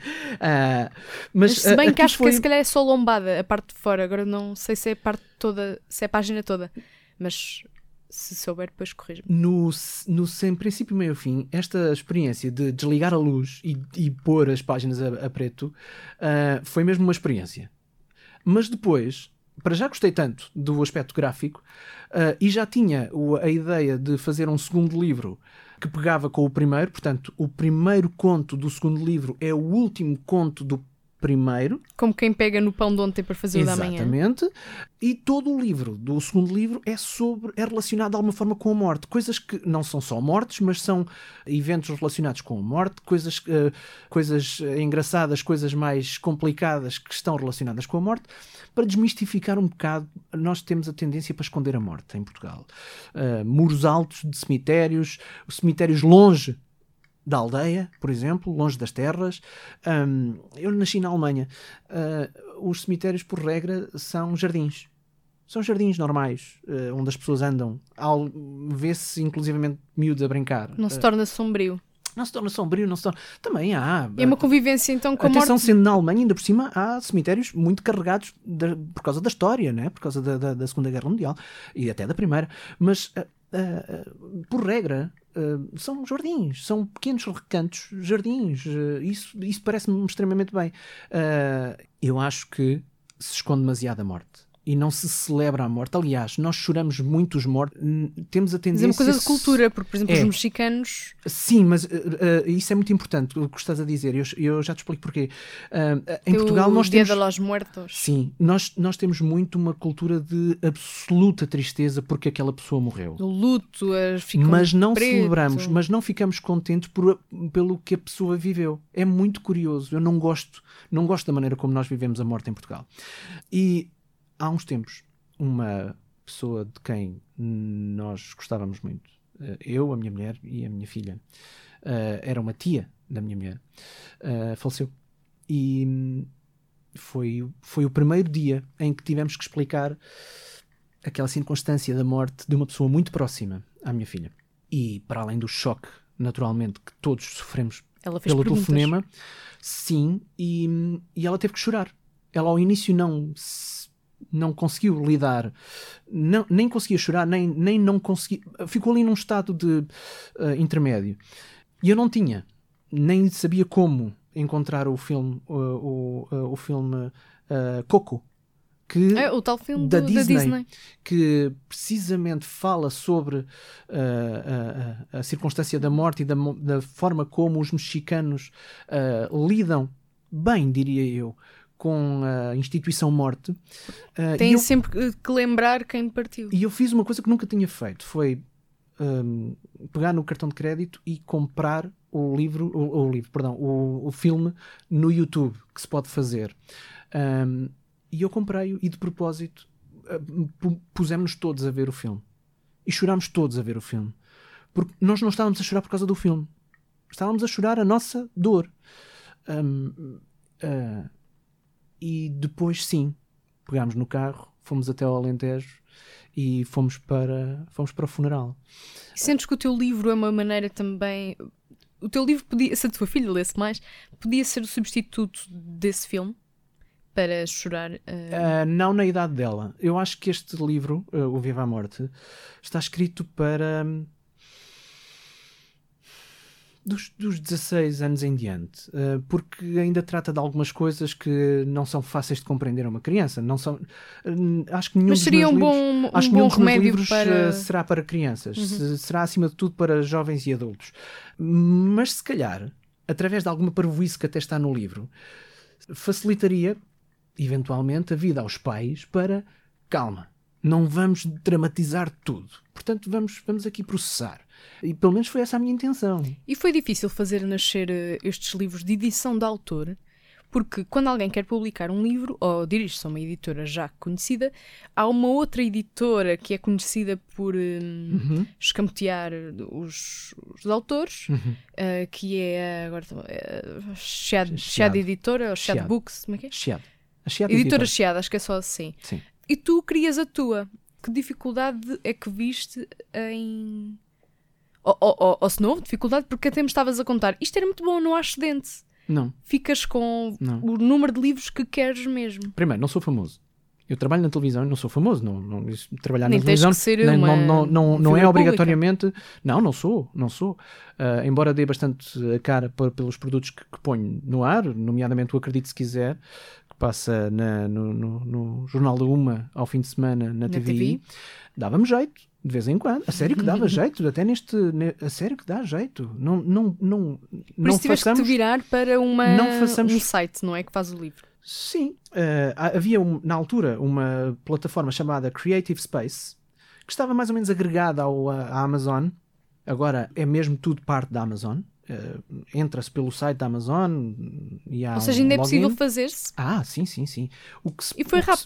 Ah, mas Mas se bem ah, que aqui acho foi... que se calhar é só lombada, a parte de fora. Agora não sei se é a parte toda, se é a página toda. Mas se souber, depois corrija-me. No, no Sem Princípio, Meio ao Fim, esta experiência de desligar a luz e, e pôr as páginas a, a preto ah, foi mesmo uma experiência. Mas depois, para já gostei tanto do aspecto gráfico ah, e já tinha o- a ideia de fazer um segundo livro que pegava com o primeiro, portanto, o primeiro conto do segundo livro é o último conto do primeiro. Como quem pega no pão de ontem para fazer o da manhã. Exatamente. E todo o livro do segundo livro é sobre é relacionado de alguma forma com a morte. Coisas que não são só mortes, mas são eventos relacionados com a morte, coisas, eh, coisas engraçadas, coisas mais complicadas que estão relacionadas com a morte, para desmistificar um bocado. Nós temos a tendência para esconder a morte em Portugal. Eh, muros altos de cemitérios, cemitérios longe da aldeia, por exemplo, longe das terras. Um, eu nasci na Alemanha. Uh, os cemitérios, por regra, são jardins. São jardins normais, uh, onde as pessoas andam. Ao- Vê-se, inclusivamente, miúdos a brincar. Não se Uh, torna sombrio. não se torna sombrio, não se torna... Também há... É uma convivência então com a morte. Atenção, sendo na Alemanha, ainda por cima, há cemitérios muito carregados de, por causa da história, né? Por causa da, da, da Segunda Guerra Mundial e até da Primeira. Mas, uh, uh, uh, por regra, uh, são jardins, são pequenos recantos, jardins. Uh, isso isso parece-me extremamente bem. Uh, eu acho que se esconde demasiado a morte. E não se celebra a morte. Aliás, nós choramos muito os mortos. Temos a tendência... Mas é uma coisa de cultura, porque, por exemplo, é. os mexicanos... Sim, mas uh, uh, isso é muito importante, o que estás a dizer. Eu, eu já te explico porquê. Uh, em Tem Portugal o nós Dia temos... de los Muertos. Sim, nós, nós temos muito uma cultura de absoluta tristeza porque aquela pessoa morreu. O luto, as ficam Mas não preto. celebramos, mas não ficamos contentes por, pelo que a pessoa viveu. É muito curioso. Eu não gosto, não gosto da maneira como nós vivemos a morte em Portugal. E há uns tempos, uma pessoa de quem nós gostávamos muito, eu, a minha mulher e a minha filha, era uma tia da minha mulher, faleceu. E foi, foi o primeiro dia em que tivemos que explicar aquela circunstância da morte de uma pessoa muito próxima à minha filha. E para além do choque, naturalmente, que todos sofremos ela fez pelo perguntas. telefonema, sim, e, e ela teve que chorar. Ela ao início não se não conseguiu lidar, não, nem conseguia chorar, nem, nem não conseguia, ficou ali num estado de uh, intermédio. E eu não tinha, nem sabia como encontrar o filme, uh, o, uh, o filme uh, Coco, que, É o tal filme da, do, Disney, da Disney, que precisamente fala sobre uh, a, a, a circunstância da morte e da, da forma como os mexicanos uh, lidam, bem, diria eu, com a instituição morte. Uh, Tem e eu, sempre que lembrar quem partiu. e eu fiz uma coisa que nunca tinha feito, foi um, pegar no cartão de crédito e comprar o livro, o, o livro, perdão, o, o filme no YouTube, que se pode fazer. Um, e eu comprei-o e de propósito uh, pusemos-nos todos a ver o filme. E chorámos todos a ver o filme. Porque nós não estávamos a chorar por causa do filme. Estávamos a chorar a nossa dor. Um, uh, E depois, sim, pegámos no carro, fomos até ao Alentejo e fomos para, fomos para o funeral. E sentes que o teu livro é uma maneira também... O teu livro, podia, se a tua filha lesse mais, podia ser o substituto desse filme para chorar? Uh... Uh, não na idade dela. Eu acho que este livro, uh, O Viva a Morte, está escrito para... Um, Dos, dos dezasseis anos em diante, uh, porque ainda trata de algumas coisas que não são fáceis de compreender a uma criança. Não são, uh, acho que nenhum Mas dos seria meus um livros, bom, um acho que bom nenhum dos meus remédio livros para... uh, será para crianças. Uhum. Se, será acima de tudo para jovens e adultos. Mas se calhar, através de alguma parvoíce que até está no livro, facilitaria, eventualmente, a vida aos pais para, calma, não vamos dramatizar tudo. Portanto, vamos, vamos aqui processar. E pelo menos foi essa a minha intenção. E foi difícil fazer nascer uh, estes livros de edição de autor, porque quando alguém quer publicar um livro, ou dirige-se a uma editora já conhecida, há uma outra editora que é conhecida por um, Uhum. escamotear os, os autores, Uhum. uh, que é agora uh, Chiado, Chiado. Chiado Editora, ou Chiado Chiado. Books, como é que é? Chiado. A Chiado Editora Editora. Chiado, acho que é só assim. Sim. E tu crias a tua. Que dificuldade é que viste em... Ou, ou, ou, ou se não houve dificuldade, porque até me estavas a contar. Isto era muito bom, não há excedente. Não. Ficas com Não. o número de livros que queres mesmo. Primeiro, não sou famoso. Eu trabalho na televisão e não sou famoso. Não, não, isso, trabalhar Nem na tens televisão que ser nem- uma não, não, não, não é figura obrigatoriamente... Não, não sou. Não sou. Ah, embora dê bastante a cara por- pelos produtos que, que ponho no ar, nomeadamente o Acredite Se Quiser, que passa na- no, no- no Jornal da Uma ao fim de semana na, Na T V I. T V I. Dava-me jeito, de vez em quando. A sério que dava jeito, até neste... ne- A sério que dá jeito. Não, não, não, Por não isso tiveste façamos... que te virar para uma, não façamos- um site, não é? Que faz o livro. Sim, eh, havia um- na altura uma plataforma chamada Creative Space que estava mais ou menos agregada ao, à à Amazon. Agora é mesmo tudo parte da Amazon. Eh, entra-se pelo site da Amazon e há Ou seja, um ainda é login. possível fazer-se. Ah, sim, sim, sim. O que se- E foi o que se- rápido.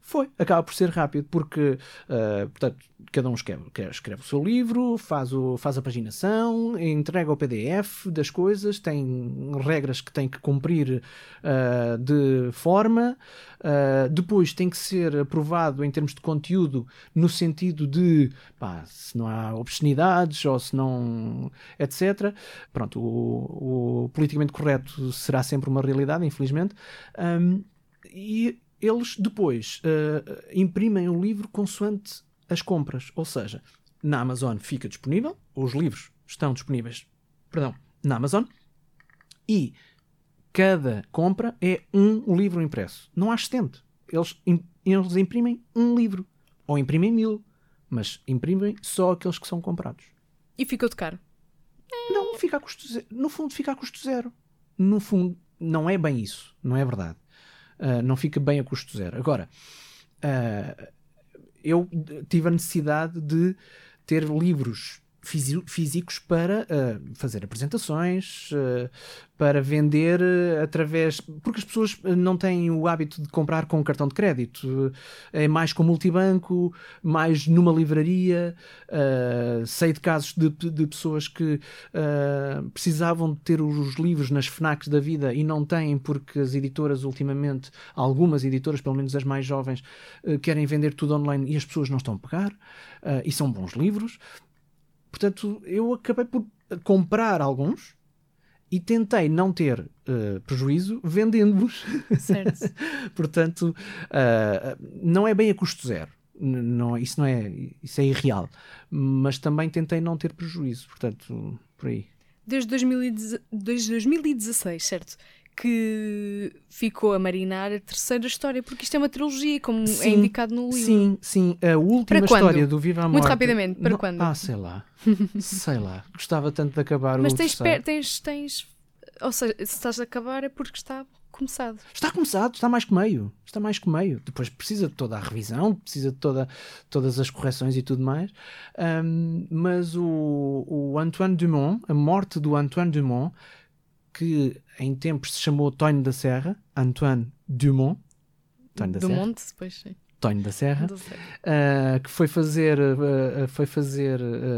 Foi, acaba por ser rápido, porque, uh, portanto, cada um escreve, escreve o seu livro, faz, o, faz a paginação, entrega o P D F das coisas, tem regras que tem que cumprir uh, de forma, uh, depois tem que ser aprovado em termos de conteúdo, no sentido de, pá, se não há obscenidades ou se não, etcétera. Pronto, o, o politicamente correto será sempre uma realidade, infelizmente. Um, e eles depois uh, imprimem o livro consoante as compras, ou seja, na Amazon fica disponível, os livros estão disponíveis, perdão, na Amazon, e cada compra é um livro impresso. Não há excedente. Eles, eles imprimem um livro, ou imprimem mil, mas imprimem só aqueles que são comprados. E ficou de caro? Não, fica a custo zero. No fundo fica a custo zero. No fundo, não é bem isso, não é verdade. Uh, não fica bem a custo zero. Agora, uh, eu tive a necessidade de ter livros fisi- físicos para uh, fazer apresentações, uh, para vender uh, através... Porque as pessoas não têm o hábito de comprar com cartão de crédito. Uh, é mais com multibanco, mais numa livraria. Uh, sei de casos de, de pessoas que uh, precisavam de ter os livros nas FNACs da vida e não têm, porque as editoras ultimamente, algumas editoras, pelo menos as mais jovens, uh, querem vender tudo online e as pessoas não estão a pagar. Uh, e são bons livros. Portanto, eu acabei por comprar alguns e tentei não ter uh, prejuízo vendendo-os. Certo. Portanto, uh, não é bem a custo zero. N- Não, isso, não é, isso é irreal. Mas também tentei não ter prejuízo. Portanto, por aí. Desde, dois mil e dez desde dois mil e dezasseis, certo? Que ficou a marinar a terceira história, porque isto é uma trilogia, como Sim, é indicado no livro. Sim, sim. A última Para quando? história do Viva a Morte... Muito rapidamente, para Não- quando? Ah, sei lá. Sei lá. Gostava tanto de acabar Mas o tens, terceiro. per- tens, tens. Ou seja, se estás a acabar é porque está começado. Está começado, está mais que meio. Está mais que meio. Depois precisa de toda a revisão, precisa de toda, todas as correções e tudo mais. Ahm, mas o, o Antoine Dumont, a morte do Antoine Dumont, que em tempos se chamou Tonho da Serra, Antoine Dumont, Tonho da Do Serra, monte, depois sim. Tonho da Serra, Não sei. Uh, que foi fazer, uh, foi fazer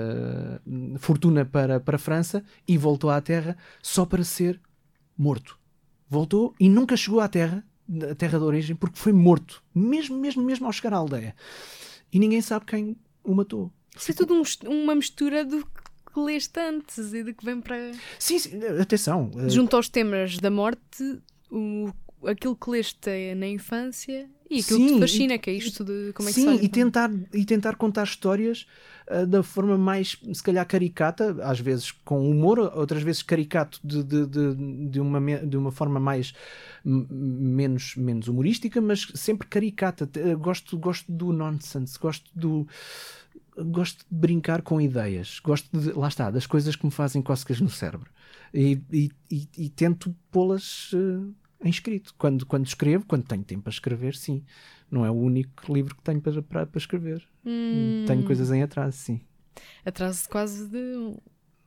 uh, fortuna para, para a França e voltou à Terra só para ser morto. Voltou e nunca chegou à Terra, à Terra de origem, porque foi morto, mesmo, mesmo, mesmo ao chegar à aldeia. E ninguém sabe quem o matou. Isso é tudo um est- uma mistura do que leste antes e do que vem para. Sim, sim, atenção. uh, Junto aos temas da morte, o, aquilo que leste na infância e aquilo que Sim, te fascina, e- que é isto de como é que Sim, se faz. e tentar, e tentar contar histórias uh, da forma mais, se calhar, caricata, às vezes com humor, outras vezes caricato de, de, de, de, uma, me- de uma forma mais m- menos, menos humorística, mas sempre caricata. Te- uh, Gosto, gosto do nonsense, gosto do. Gosto de brincar com ideias, gosto de, lá está, das coisas que me fazem cócegas no cérebro e, e, e, e tento pô-las uh, em escrito. Quando, quando escrevo, quando tenho tempo para escrever, sim. Não é o único livro que tenho para, para, para escrever. Hum, Tenho coisas em atraso, sim. Atraso quase de.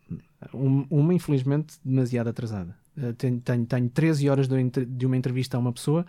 Um- uma, infelizmente, demasiado atrasada. Uh, tenho, tenho, tenho treze horas de, entre- de uma entrevista a uma pessoa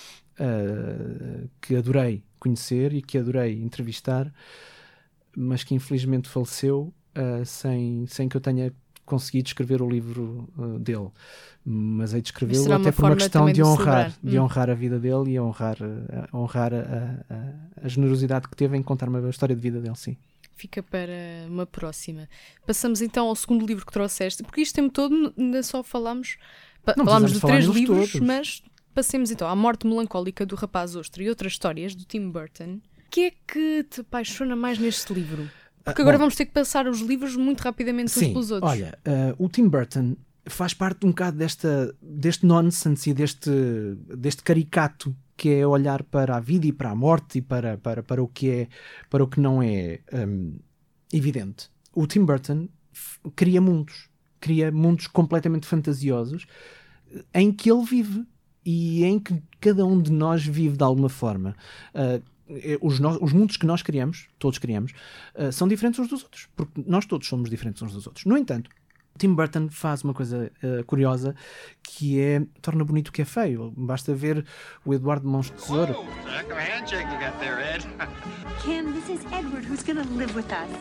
uh, que adorei conhecer e que adorei entrevistar, mas que infelizmente faleceu uh, sem, sem que eu tenha conseguido escrever o livro uh, dele. Mas hei de Mas escrevê-lo será até uma por uma forma questão também de de honrar, celebrar. de Hum. honrar a vida dele e honrar, uh, honrar a, a- a generosidade que teve em contar-me a história de vida dele, sim. Fica para uma próxima. Passamos então ao segundo livro que trouxeste, porque isto tempo todo ainda só falámos, pa- Não falámos precisamos de falar três neles livros, todos. mas passemos então à Morte Melancólica do Rapaz Ostra e outras histórias do Tim Burton. O que é que te apaixona mais neste livro? Porque Ah, agora bom. vamos ter que passar os livros muito rapidamente uns Sim, pelos outros. olha, uh, o Tim Burton faz parte um bocado desta, deste nonsense e deste, deste caricato que é olhar para a vida e para a morte e para, para, para, o, que é, para o que não é um, evidente. O Tim Burton f- cria mundos, cria mundos completamente fantasiosos em que ele vive e em que cada um de nós vive de alguma forma. Uh, Os, no- os mundos que nós criamos, todos criamos, uh, são diferentes uns dos outros, porque nós todos somos diferentes uns dos outros. No entanto, Tim Burton faz uma coisa uh, curiosa, que é, torna bonito o que é feio. Basta ver o Eduardo Mãos de Tesouro. Whoa, heck of a handshake you got there, Ed. Kim, this is Edward who's gonna live with us.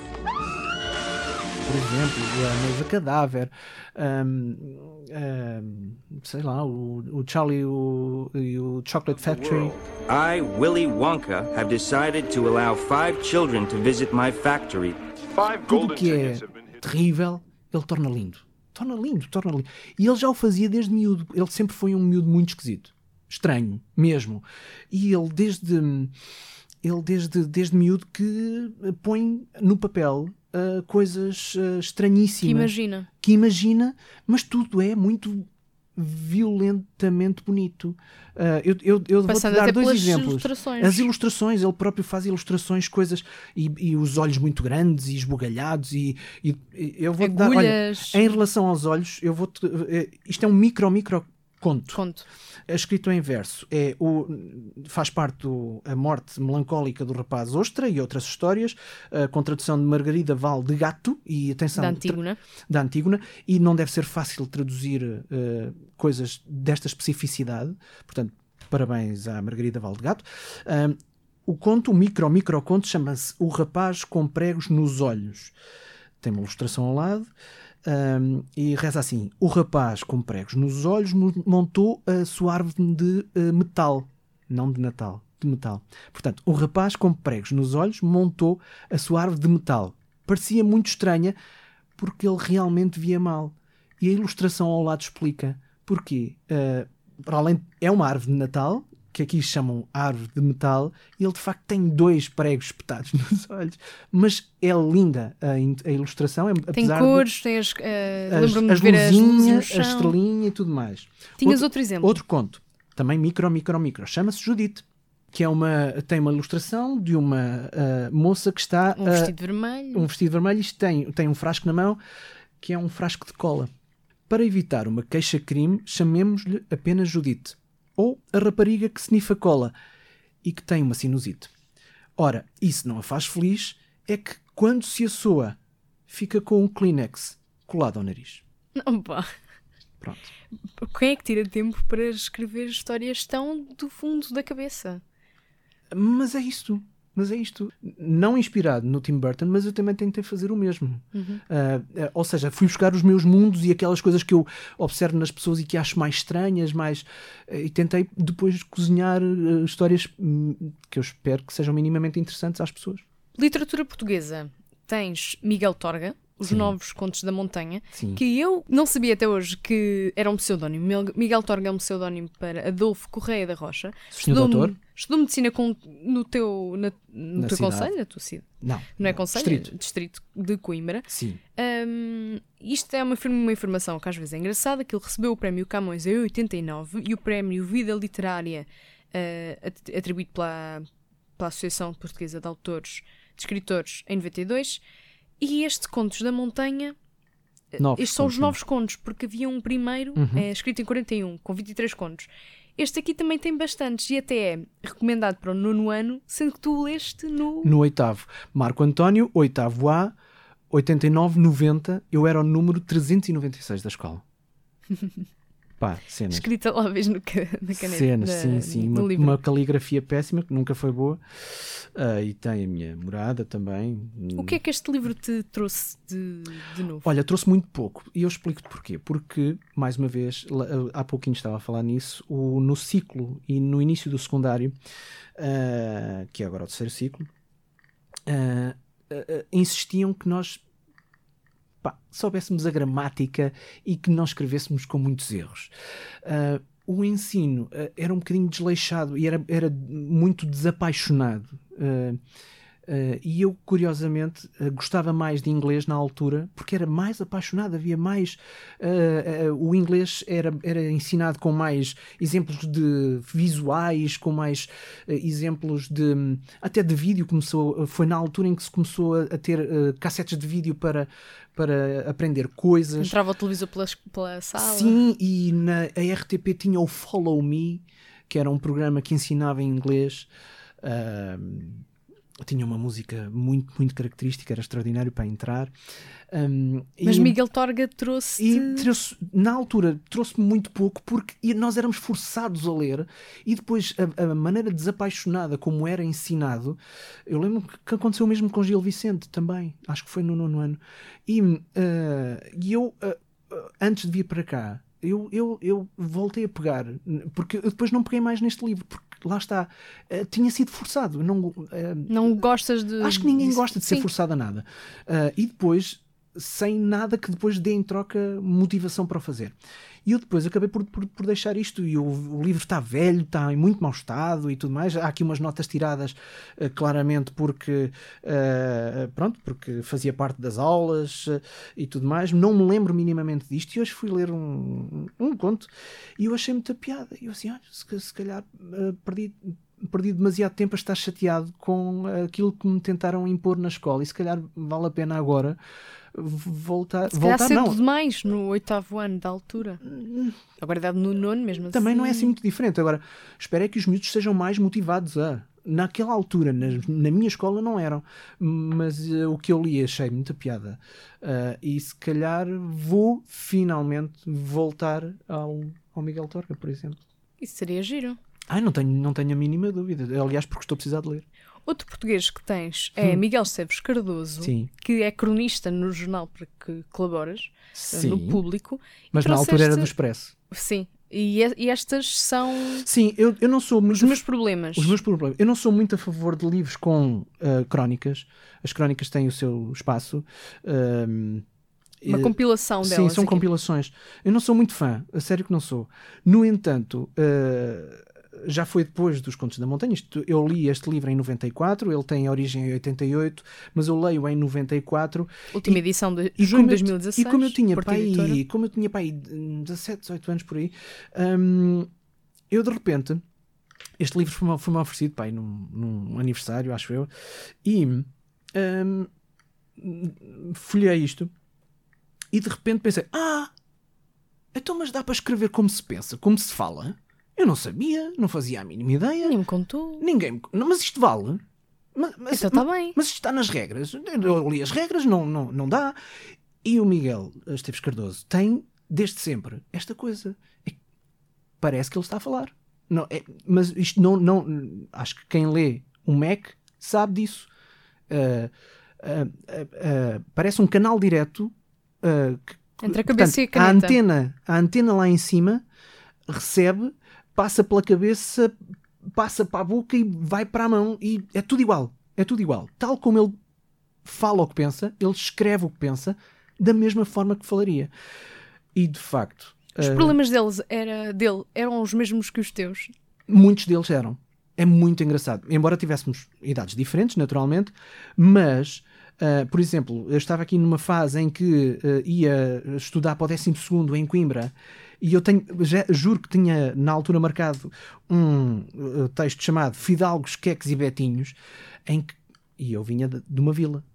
Por exemplo, a Mesa Cadáver, um, um, sei lá, o, o Charlie e o, e o Chocolate Factory. I, Willy Wonka, have decided to allow five children to visit my factory. Five Tudo golden que é tickets have been hit. terrível, ele torna lindo. Torna lindo, torna lindo. E ele já o fazia desde miúdo. Ele sempre foi um miúdo muito esquisito. Estranho, mesmo. E ele desde... Ele desde, desde miúdo que põe no papel uh, coisas uh, estranhíssimas. Que imagina. Que imagina, mas tudo é muito violentamente bonito. Uh, eu eu, eu vou-te Passando dar até dois pelas exemplos. ilustrações. As ilustrações, ele próprio faz ilustrações, coisas, e, e os olhos muito grandes e esbugalhados, e, e, e eu vou-te dar, olha, Agulhas. em relação aos olhos, eu vou isto é um micro, micro conto. Conto. É escrito em verso. É o, faz parte do A Morte Melancólica do Rapaz Ostra e outras histórias, uh, com tradução de Margarida Val de Gato, e atenção, Da Antígona. tra- da Antígona, e não deve ser fácil traduzir uh, coisas desta especificidade, portanto, parabéns à Margarida Val de Gato. Um, o conto, o micro, micro conto, chama-se O Rapaz com Pregos nos Olhos. Tem uma ilustração ao lado. Um, e reza assim: o rapaz com pregos nos olhos montou a sua árvore de uh, metal, não de Natal, de metal. Portanto, o rapaz com pregos nos olhos montou a sua árvore de metal. Parecia muito estranha porque ele realmente via mal. E a ilustração ao lado explica porquê. Uh, para além, é uma árvore de Natal, que aqui chamam árvore de metal, e ele de facto tem dois pregos espetados nos olhos, mas é linda a, in- a ilustração. É, Tem apesar de- cores, tem as. Uh, as, Lembro-me as de ver as luzes no luzinhas, a chão. estrelinha e tudo mais. Tinhas outro exemplo? Outro conto, também micro, micro, micro, chama-se Judite, que é uma, tem uma ilustração de uma ah, moça que está Um ah, vestido vermelho. um vestido vermelho, e tem, tem um frasco na mão, que é um frasco de cola. Para evitar uma queixa-crime, chamemos-lhe apenas Judite, ou a rapariga que snifa cola e que tem uma sinusite. Ora, isso não a faz feliz, é que quando se assoa, fica com um Kleenex colado ao nariz. Não, pá. Pronto. Quem é que tira tempo para escrever histórias tão do fundo da cabeça? Mas é isto. Mas é isto. Não inspirado no Tim Burton, mas eu também tentei fazer o mesmo. Uhum. Ah, ah, ou seja, fui buscar os meus mundos e aquelas coisas que eu observo nas pessoas e que acho mais estranhas, mais, ah, e tentei depois cozinhar ah, histórias hum, que eu espero que sejam minimamente interessantes às pessoas. Literatura portuguesa. Tens Miguel Torga, Os Sim. Novos Contos da Montanha, Sim. que eu não sabia até hoje que era um pseudónimo. Mil- Miguel Torga é um pseudónimo para Adolfo Correia da Rocha. Senhor Estudou- doutor? Estudou medicina com, no teu, na, no Na teu cidade. concelho, na tua cidade. Não. Não é concelho? Distrito. É distrito de Coimbra. Sim. Hum, isto é uma, afirma- uma informação que às vezes é engraçada, que ele recebeu o prémio Camões em oitenta e nove e o prémio Vida Literária eh, at- atribuído pela, pela Associação Portuguesa de Autores, de Escritores, em noventa e dois. E este Contos da Montanha, Novos estes são os contos, novos contos, porque havia um primeiro, Uhum. eh, escrito em quarenta e um, com vinte e três contos. Este aqui também tem bastantes e até é recomendado para o nono ano, sendo que tu o leste no... No oitavo. Marco António, oitavo A, oitenta e nove, noventa. Eu era o número trezentos e noventa e seis da escola. Pá, cenas. Escrita lá vez no, ca- na caneta. Cenas, na- sim, sim. no Uma, livro. uma caligrafia péssima, que nunca foi boa. Ah, e tem a minha morada também. O que é que este livro te trouxe de, de novo? Olha, trouxe muito pouco. E eu explico-te porquê. Porque, mais uma vez, lá- há pouquinho estava a falar nisso, o, no ciclo e no início do secundário, ah, que é agora o terceiro ciclo, ah, ah, ah, insistiam que nós pá, soubéssemos a gramática e que não escrevêssemos com muitos erros. Ah, o ensino ah, era um bocadinho desleixado e era, era muito desapaixonado. Ah, ah, e eu, curiosamente, ah, gostava mais de inglês na altura porque era mais apaixonado, havia mais... ah, ah, o inglês era, era ensinado com mais exemplos de visuais, com mais ah, exemplos de... até de vídeo. Começou, foi na altura em que se começou a, a ter ah, cassetes de vídeo para, para aprender coisas. Entrava o televisor pela, pela sala? Sim, e na a R T P tinha o Follow Me, que era um programa que ensinava em inglês. ahm, tinha uma música muito, muito característica, era extraordinário para entrar. Um, Mas e, Miguel Torga trouxe... e trouxe, na altura, trouxe-me muito pouco, porque nós éramos forçados a ler, e depois a, a maneira desapaixonada como era ensinado, eu lembro que aconteceu o mesmo com Gil Vicente também, acho que foi no nono ano. E, uh, e eu, uh, antes de vir para cá, Eu, eu, eu voltei a pegar, porque eu depois não peguei mais neste livro, porque lá está, uh, tinha sido forçado. Não, uh, não gostas de... Acho que ninguém disso. gosta de ser Sim. forçado a nada. Uh, e depois, sem nada que depois dê em troca motivação para o fazer. E eu depois acabei por, por, por deixar isto, e o, o livro está velho, está em muito mau estado e tudo mais. Há aqui umas notas tiradas uh, claramente porque uh, pronto, porque fazia parte das aulas uh, e tudo mais. Não me lembro minimamente disto, e hoje fui ler um, um conto e eu achei muita piada. E eu assim, olha, se, se calhar uh, perdi... perdi demasiado tempo a estar chateado com aquilo que me tentaram impor na escola, e se calhar vale a pena agora voltar, se calhar voltar cedo não. demais no oitavo ano da altura. Agora dá no nono mesmo. Também assim. não é assim muito diferente. Agora, espero é que os miúdos sejam mais motivados a... Naquela altura, na, na minha escola não eram, mas uh, o que eu li achei muita piada. Uh, e se calhar vou finalmente voltar ao, ao Miguel Torga, por exemplo. Isso seria giro. Ai, não tenho, não tenho a mínima dúvida. Aliás, porque estou a precisar de ler. Outro português que tens é Hum. Miguel Esteves Cardoso, Sim. que é cronista no jornal para que colaboras, Sim. no Público. Mas E na altura era do trouxeste- Expresso. Sim. E, e- e estas são Sim, eu, eu não sou muito... os meus problemas. Os meus problemas. Eu não sou muito a favor de livros com uh, crónicas. As crónicas têm o seu espaço. Um, Uma eh, compilação Sim, delas. são aqui. compilações. Eu não sou muito fã, a sério que não sou. No entanto, uh, já foi depois dos Contos da Montanha. Isto, eu li este livro em noventa e quatro, ele tem origem em oitenta e oito, mas eu leio em noventa e quatro. Última E- edição de E junho como, de eu, dois mil e dezasseis. e como eu tinha Porta pai, Editora. como eu tinha pai dezassete, dezoito anos por aí, hum, eu de repente, este livro foi-me foi oferecido pai, num, num aniversário, acho eu, e hum, folhei isto e de repente pensei, ah, então mas dá para escrever como se pensa, como se fala? Eu não sabia, não fazia a mínima ideia. Nem me contou. Ninguém me... Não, mas isto vale. Mas, mas, Então está bem. mas isto está nas regras. Eu li as regras, não, não, não dá. E o Miguel Esteves Cardoso tem, desde sempre, esta coisa. É que parece que ele está a falar. Não, é, mas isto não, não... Acho que quem lê o Mac sabe disso. Uh, uh, uh, uh, parece um canal direto. Uh, que, Entre a cabeça e a a caneta. antena, a antena lá em cima recebe, passa pela cabeça, passa para a boca e vai para a mão, e é tudo igual, é tudo igual. Tal como ele fala o que pensa, ele escreve o que pensa da mesma forma que falaria. E de facto, Os uh, problemas deles era, dele eram os mesmos que os teus. muitos deles eram. É muito engraçado. Embora tivéssemos idades diferentes, naturalmente, mas, uh, por exemplo, eu estava aqui numa fase em que uh, ia estudar para o décimo segundo em Coimbra, e eu tenho, já, juro que tinha na altura marcado um uh, texto chamado Fidalgos, Queques e Betinhos, em que, e eu vinha de, de uma vila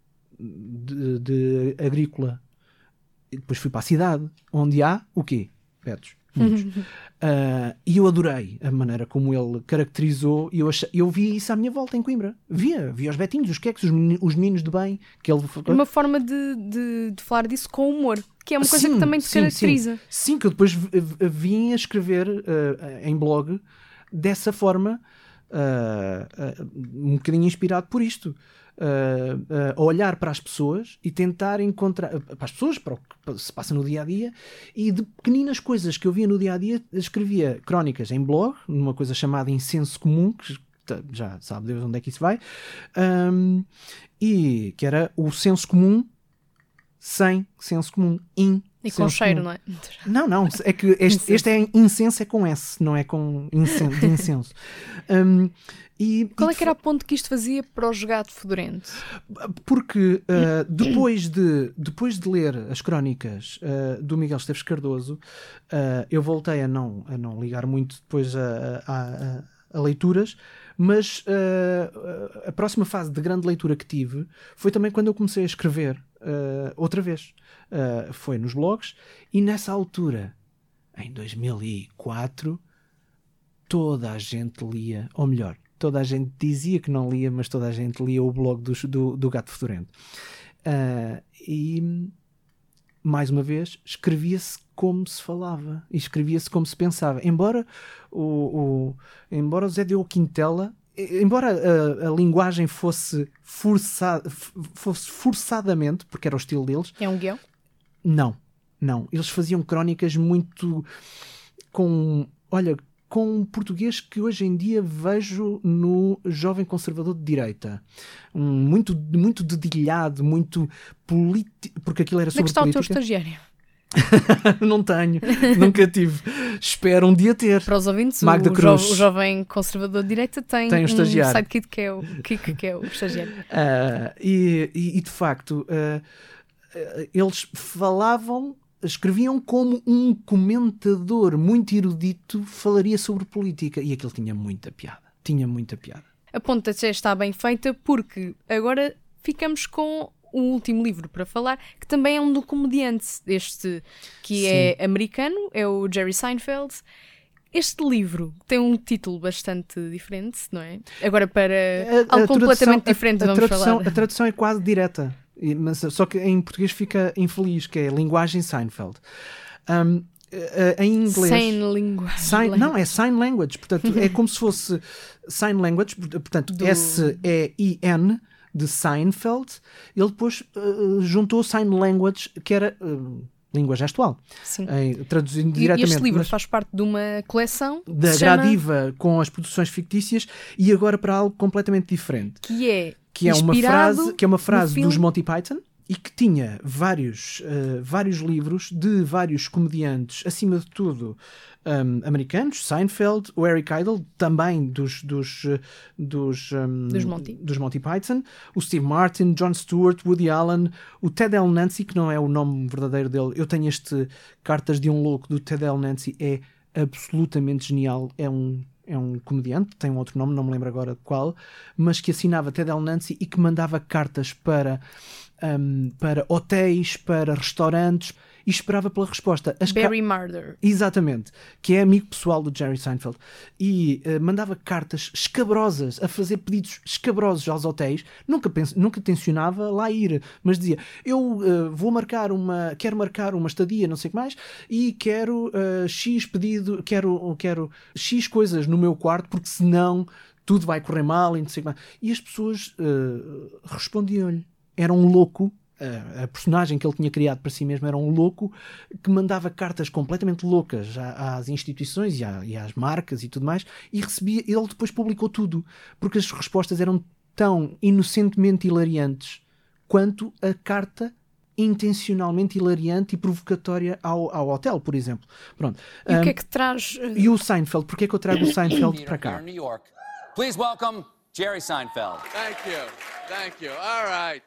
de, de agrícola, e depois fui para a cidade, onde há o quê? Betos. Muitos. Uh, e eu adorei a maneira como ele caracterizou, e eu, achei, eu via isso à minha volta em Coimbra. Via, via os betinhos, os queques, os meninos, os meninos de bem. Que ele... Uma forma de, de, de falar disso com humor, que é uma coisa Sim, que também te sim, caracteriza. Sim, sim, que eu depois v- v- vim a escrever uh, em blog dessa forma, uh, uh, um bocadinho inspirado por isto. Uh, uh, a olhar para as pessoas e tentar encontrar, uh, para as pessoas, para o que se passa no dia a dia, e de pequeninas coisas que eu via no dia a dia, escrevia crónicas em blog, numa coisa chamada Incenso Comum, que já sabe Deus onde é que isso vai, um, e que era o senso comum sem senso comum, in E com senso cheiro, comum. não é? Não, não, é que este, este é incenso, é com S, não é com incenso, de incenso. Um, e, Qual e é que era o ponto que isto fazia para o jogado fedorento? Porque uh, depois, de, depois de ler as crónicas uh, do Miguel Esteves Cardoso, uh, eu voltei a não, a não ligar muito depois a, a, a, a leituras, mas uh, a próxima fase de grande leitura que tive foi também quando eu comecei a escrever uh, outra vez. Uh, foi nos blogs, e nessa altura, em dois mil e quatro, toda a gente lia, ou melhor, toda a gente dizia que não lia, mas toda a gente lia o blog do, do, do Gato Fedorento. Uh, e, mais uma vez, escrevia-se como se falava e escrevia-se como se pensava. Embora o, o, embora o Zé Diogo Quintela, embora a, a linguagem fosse, força, fosse forçadamente, porque era o estilo deles... É um guião? Não, não. Eles faziam crónicas muito com... Olha... com um português que hoje em dia vejo no Jovem Conservador de Direita. Um, muito, muito dedilhado, muito político, porque aquilo era sobre política. política. Como é que está o teu estagiário? Não tenho, nunca tive. Espero um dia ter. Para os ouvintes, Magda o, Cruz. jo- o Jovem Conservador de Direita tem, tem um, um estagiário. sidekick que é o, que, que é o estagiário. Uh, e, e, e de facto, uh, uh, eles falavam... escreviam como um comentador muito erudito falaria sobre política. E aquilo tinha muita piada. Tinha muita piada. A ponta já está bem feita porque agora ficamos com o último livro para falar, que também é um do comediante. Este que Sim. é americano, é o Jerry Seinfeld. Este livro tem um título bastante diferente, não é? Agora para A- a algo completamente tradução- diferente, a, a vamos tradução, falar. a tradução é quase direta. E- Mas, só que em português fica infeliz, que é linguagem Seinfeld. Um, eh, em inglês... Sem língua. Sign, não, é sign language, portanto é como se fosse sign language, portanto Do- S E I N de Seinfeld. Ele depois uh, juntou sign language, que era uh, língua gestual, Sim. em, traduzindo E diretamente. este livro mas faz parte de uma coleção que da se chama- Gradiva com as produções fictícias e agora para algo completamente diferente, que é que é uma inspirado frase, que é uma frase no filme- dos Monty Python. E que tinha vários, uh, vários livros de vários comediantes, acima de tudo um, americanos, Seinfeld, o Eric Idle, também dos, dos, uh, dos, um, Dos Monty. dos Monty Python, o Steve Martin, Jon Stewart, Woody Allen, o Ted L. Nancy, que não é o nome verdadeiro dele. Eu tenho este Cartas de um Louco do Ted L. Nancy, é absolutamente genial. É um é um comediante, tem um outro nome, não me lembro agora de qual, mas que assinava Ted L. Nancy e que mandava cartas para, um, para hotéis, para restaurantes e esperava pela resposta. As ca- Barry Marder. Exatamente, que é amigo pessoal do Jerry Seinfeld, e uh, mandava cartas escabrosas, a fazer pedidos escabrosos aos hotéis. Nunca, pens- nunca tencionava lá ir, mas dizia, eu uh, vou marcar uma, quero marcar uma estadia, não sei o que mais, e quero uh, X pedido, quero, quero X coisas no meu quarto, porque senão tudo vai correr mal e não sei o que mais. E as pessoas uh, respondiam-lhe. Era um louco. A, a personagem que ele tinha criado para si mesmo era um louco que mandava cartas completamente loucas às instituições e, à, e às marcas e tudo mais, e recebia, ele depois publicou tudo, porque as respostas eram tão inocentemente hilariantes quanto a carta intencionalmente hilariante e provocatória ao, ao hotel, por exemplo. Pronto. E o Um, que é que traz... uh, e o Seinfeld, porque é que eu trago o Seinfeld para cá? Here in New York. Please welcome Jerry Seinfeld. Thank you. Thank you. All right.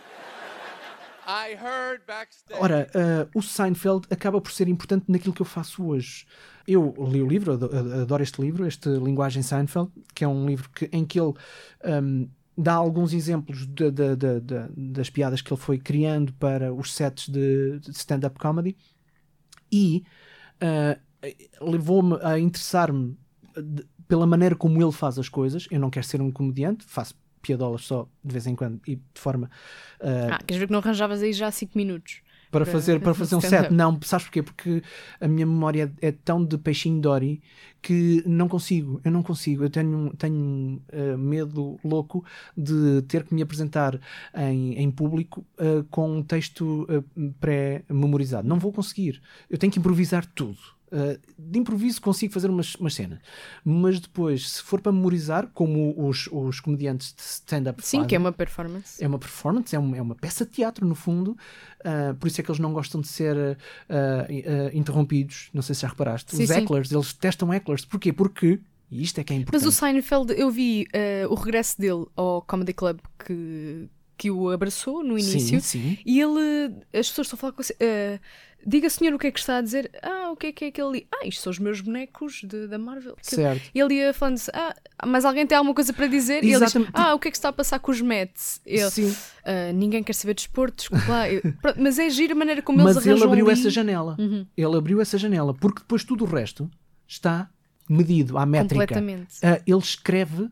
I heard backstage. Ora, uh, o Seinfeld acaba por ser importante naquilo que eu faço hoje. Eu li o livro, ado- adoro este livro, este Linguagem Seinfeld, que é um livro que, em que ele um, dá alguns exemplos de- de- de- de- das piadas que ele foi criando para os sets de, de stand-up comedy, e uh, levou-me a interessar-me de- pela maneira como ele faz as coisas. Eu não quero ser um comediante, faço piadolas só de vez em quando e de forma uh, Ah, queres ver que não arranjavas aí já cinco minutos? para para- fazer, para fazer um stand-up. set. Não, sabes porquê? Porque a minha memória é tão de peixinho Dory que não consigo, eu não consigo. Eu tenho, tenho uh, medo louco de ter que me apresentar em, em público uh, com um texto uh, pré-memorizado. Não vou conseguir. Eu tenho que improvisar tudo. Uh, de improviso consigo fazer umas, umas cenas, mas depois, se for para memorizar, como os, os comediantes de stand-up Sim, fazem, que é uma performance. é uma performance, é uma, é uma peça de teatro, no fundo. Uh, por isso é que eles não gostam de ser uh, uh, interrompidos. Não sei se já reparaste. Sim, Os sim. hecklers, eles testam hecklers. Porquê? Porque, e isto é que é importante. Mas o Seinfeld, eu vi uh, o regresso dele ao Comedy Club que, que o abraçou no início. Sim, sim. E ele, as pessoas estão a falar com você. Uh, diga, senhor, o que é que está a dizer? Ah, o que é que é aquele ali? Ah, isto são os meus bonecos de, da Marvel. Que- Certo. E ele ia falando assim, ah, mas alguém tem alguma coisa para dizer? E ele diz, Exatamente. ah, o que é que se está a passar com os Mets? Ele, Sim. "Ah, ninguém quer saber de desporto, desculpa lá." Eu- pronto, mas é giro a maneira como Mas eles ele arranjam abriu ali. essa janela. Uhum. Ele abriu essa janela. Porque depois tudo o resto está medido à métrica. Completamente. Uh, ele escreve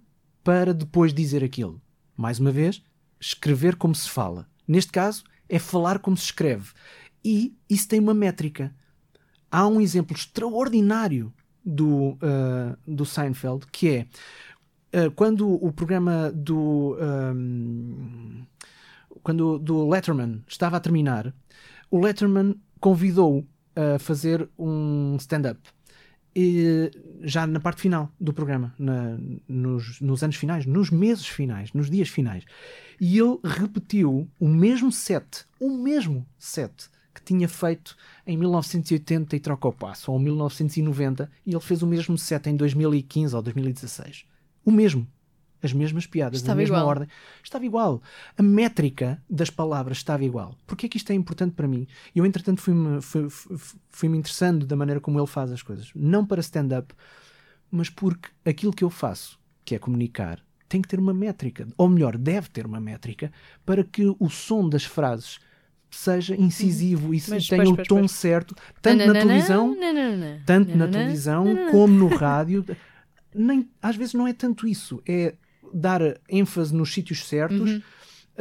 para depois dizer aquilo. Mais uma vez, escrever como se fala. Neste caso, é falar como se escreve. E isso tem uma métrica. Há um exemplo extraordinário do, uh, do Seinfeld, que é uh, quando o programa do, um, quando do Letterman estava a terminar, o Letterman convidou-o a fazer um stand-up. E, já na parte final do programa, na, nos, nos anos finais, nos meses finais, nos dias finais. E ele repetiu o mesmo set, o mesmo set que tinha feito em mil novecentos e oitenta e troca o passo, ou mil novecentos e noventa, e ele fez o mesmo set em dois mil e quinze ou dois mil e dezasseis. O mesmo. As mesmas piadas, estava a mesma igual. ordem. Estava igual. A métrica das palavras estava igual. Porquê é que isto é importante para mim? Eu, entretanto, fui-me fui, fui, fui-me interessando da maneira como ele faz as coisas. Não para stand-up, mas porque aquilo que eu faço, que é comunicar, tem que ter uma métrica. Ou melhor, deve ter uma métrica para que o som das frases seja incisivo e Mas, tenha pois, o pois, tom pois. certo, tanto na televisão, tanto na televisão como no rádio. Nem, às vezes não é tanto isso, é dar ênfase nos sítios certos, Uhum.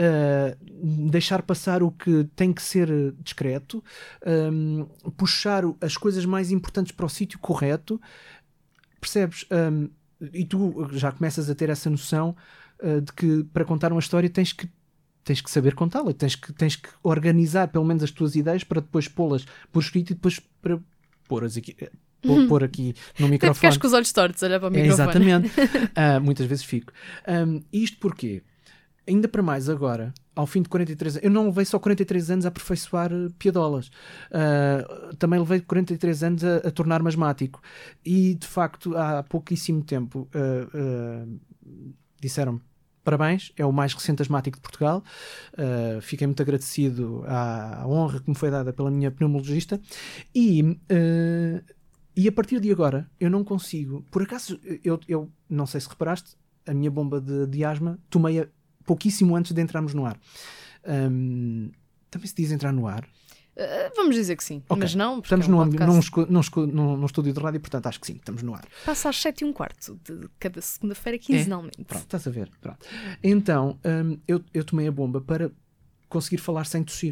uh, deixar passar o que tem que ser discreto, um, puxar as coisas mais importantes para o sítio correto, percebes? Um, e tu já começas a ter essa noção uh, de que para contar uma história tens que tens que saber contá-la, tens que, tens que organizar pelo menos as tuas ideias para depois pô-las por escrito e depois para pôr-as aqui, pôr, pôr aqui no microfone. Ficaste com os olhos tortos, olha para o É, microfone. exatamente. uh, muitas vezes fico. Um, isto porquê? Ainda para mais agora, ao fim de quarenta e três anos, eu não levei só quarenta e três anos a aperfeiçoar uh, piadolas. Uh, também levei quarenta e três anos a, a tornar-me asmático. E, de facto, há pouquíssimo tempo uh, uh, disseram-me parabéns, é o mais recente asmático de Portugal. Uh, fiquei muito agradecido à, à honra que me foi dada pela minha pneumologista. E... Uh, E a partir de agora, eu não consigo... Por acaso, eu, eu não sei se reparaste, a minha bomba de, de asma tomei-a pouquíssimo antes de entrarmos no ar. Um, também se diz entrar no ar? Uh, vamos dizer que sim, Okay. mas não, porque Estamos é um num, podcast. num, escu- num, escu- num, num estúdio de rádio, portanto acho que sim, estamos no ar. Passa às sete e um quarto de cada segunda-feira, quinzenalmente. Pronto, estás a ver. Pronto. Então, um, eu, eu tomei a bomba para conseguir falar sem tossir.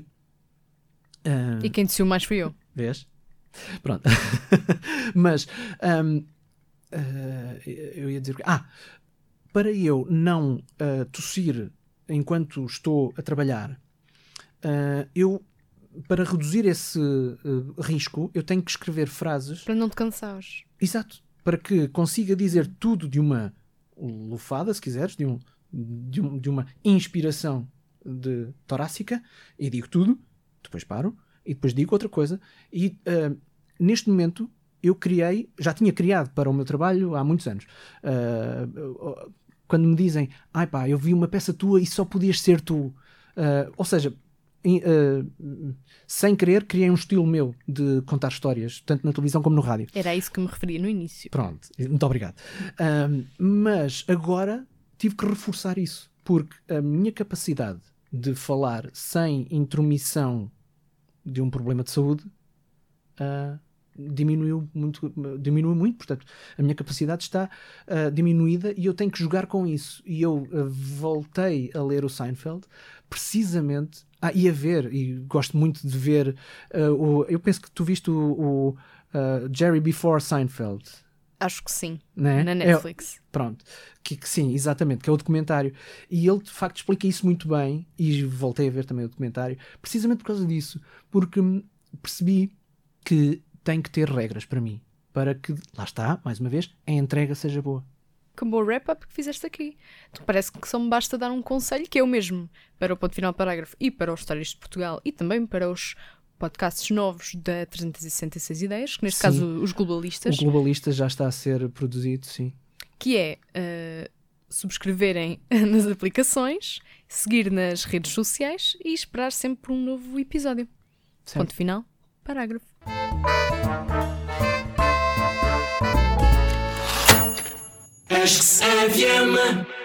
Um, E quem tossiu mais fui eu. Vês? Pronto. Mas um, uh, eu ia dizer... Ah, para eu não uh, tossir enquanto estou a trabalhar, uh, eu, para reduzir esse uh, risco, eu tenho que escrever frases... Para não te cansares. Exato. Para que consiga dizer tudo de uma lufada, se quiseres, de, um, de, um, de uma inspiração de torácica, e digo tudo, depois paro, e depois digo outra coisa. E uh, neste momento eu criei, já tinha criado para o meu trabalho há muitos anos. Uh, quando me dizem, ai pá, eu vi uma peça tua e só podias ser tu. Uh, ou seja, in, uh, sem querer, criei um estilo meu de contar histórias, tanto na televisão como no rádio. Era a isso que me referia no início. Pronto, muito obrigado. Uh, mas agora tive que reforçar isso, porque a minha capacidade de falar sem intromissão de um problema de saúde uh, diminuiu muito, diminuiu muito, portanto a minha capacidade está uh, diminuída e eu tenho que jogar com isso. E eu uh, voltei a ler o Seinfeld precisamente, ah, e a ver, e gosto muito de ver uh, o, eu penso que tu viste o, o uh, Jerry Before Seinfeld. Acho que sim, Né? na Netflix. É, pronto, que, que sim, exatamente, que é o documentário. E ele de facto explica isso muito bem, e voltei a ver também o documentário, precisamente por causa disso, porque percebi que tem que ter regras para mim, para que, lá está, mais uma vez, a entrega seja boa. Que bom wrap-up que fizeste aqui. Tu parece que só me basta dar um conselho, que é o mesmo para o Ponto Final Parágrafo e para os Histórias de Portugal e também para os podcasts novos da trezentas e sessenta e seis Ideias, que neste Sim. caso os Globalistas, O Globalista já está a ser produzido, sim. que é uh, subscreverem nas aplicações, seguir nas redes sociais e esperar sempre por um novo episódio. Certo. Ponto Final Parágrafo. Acho que F M.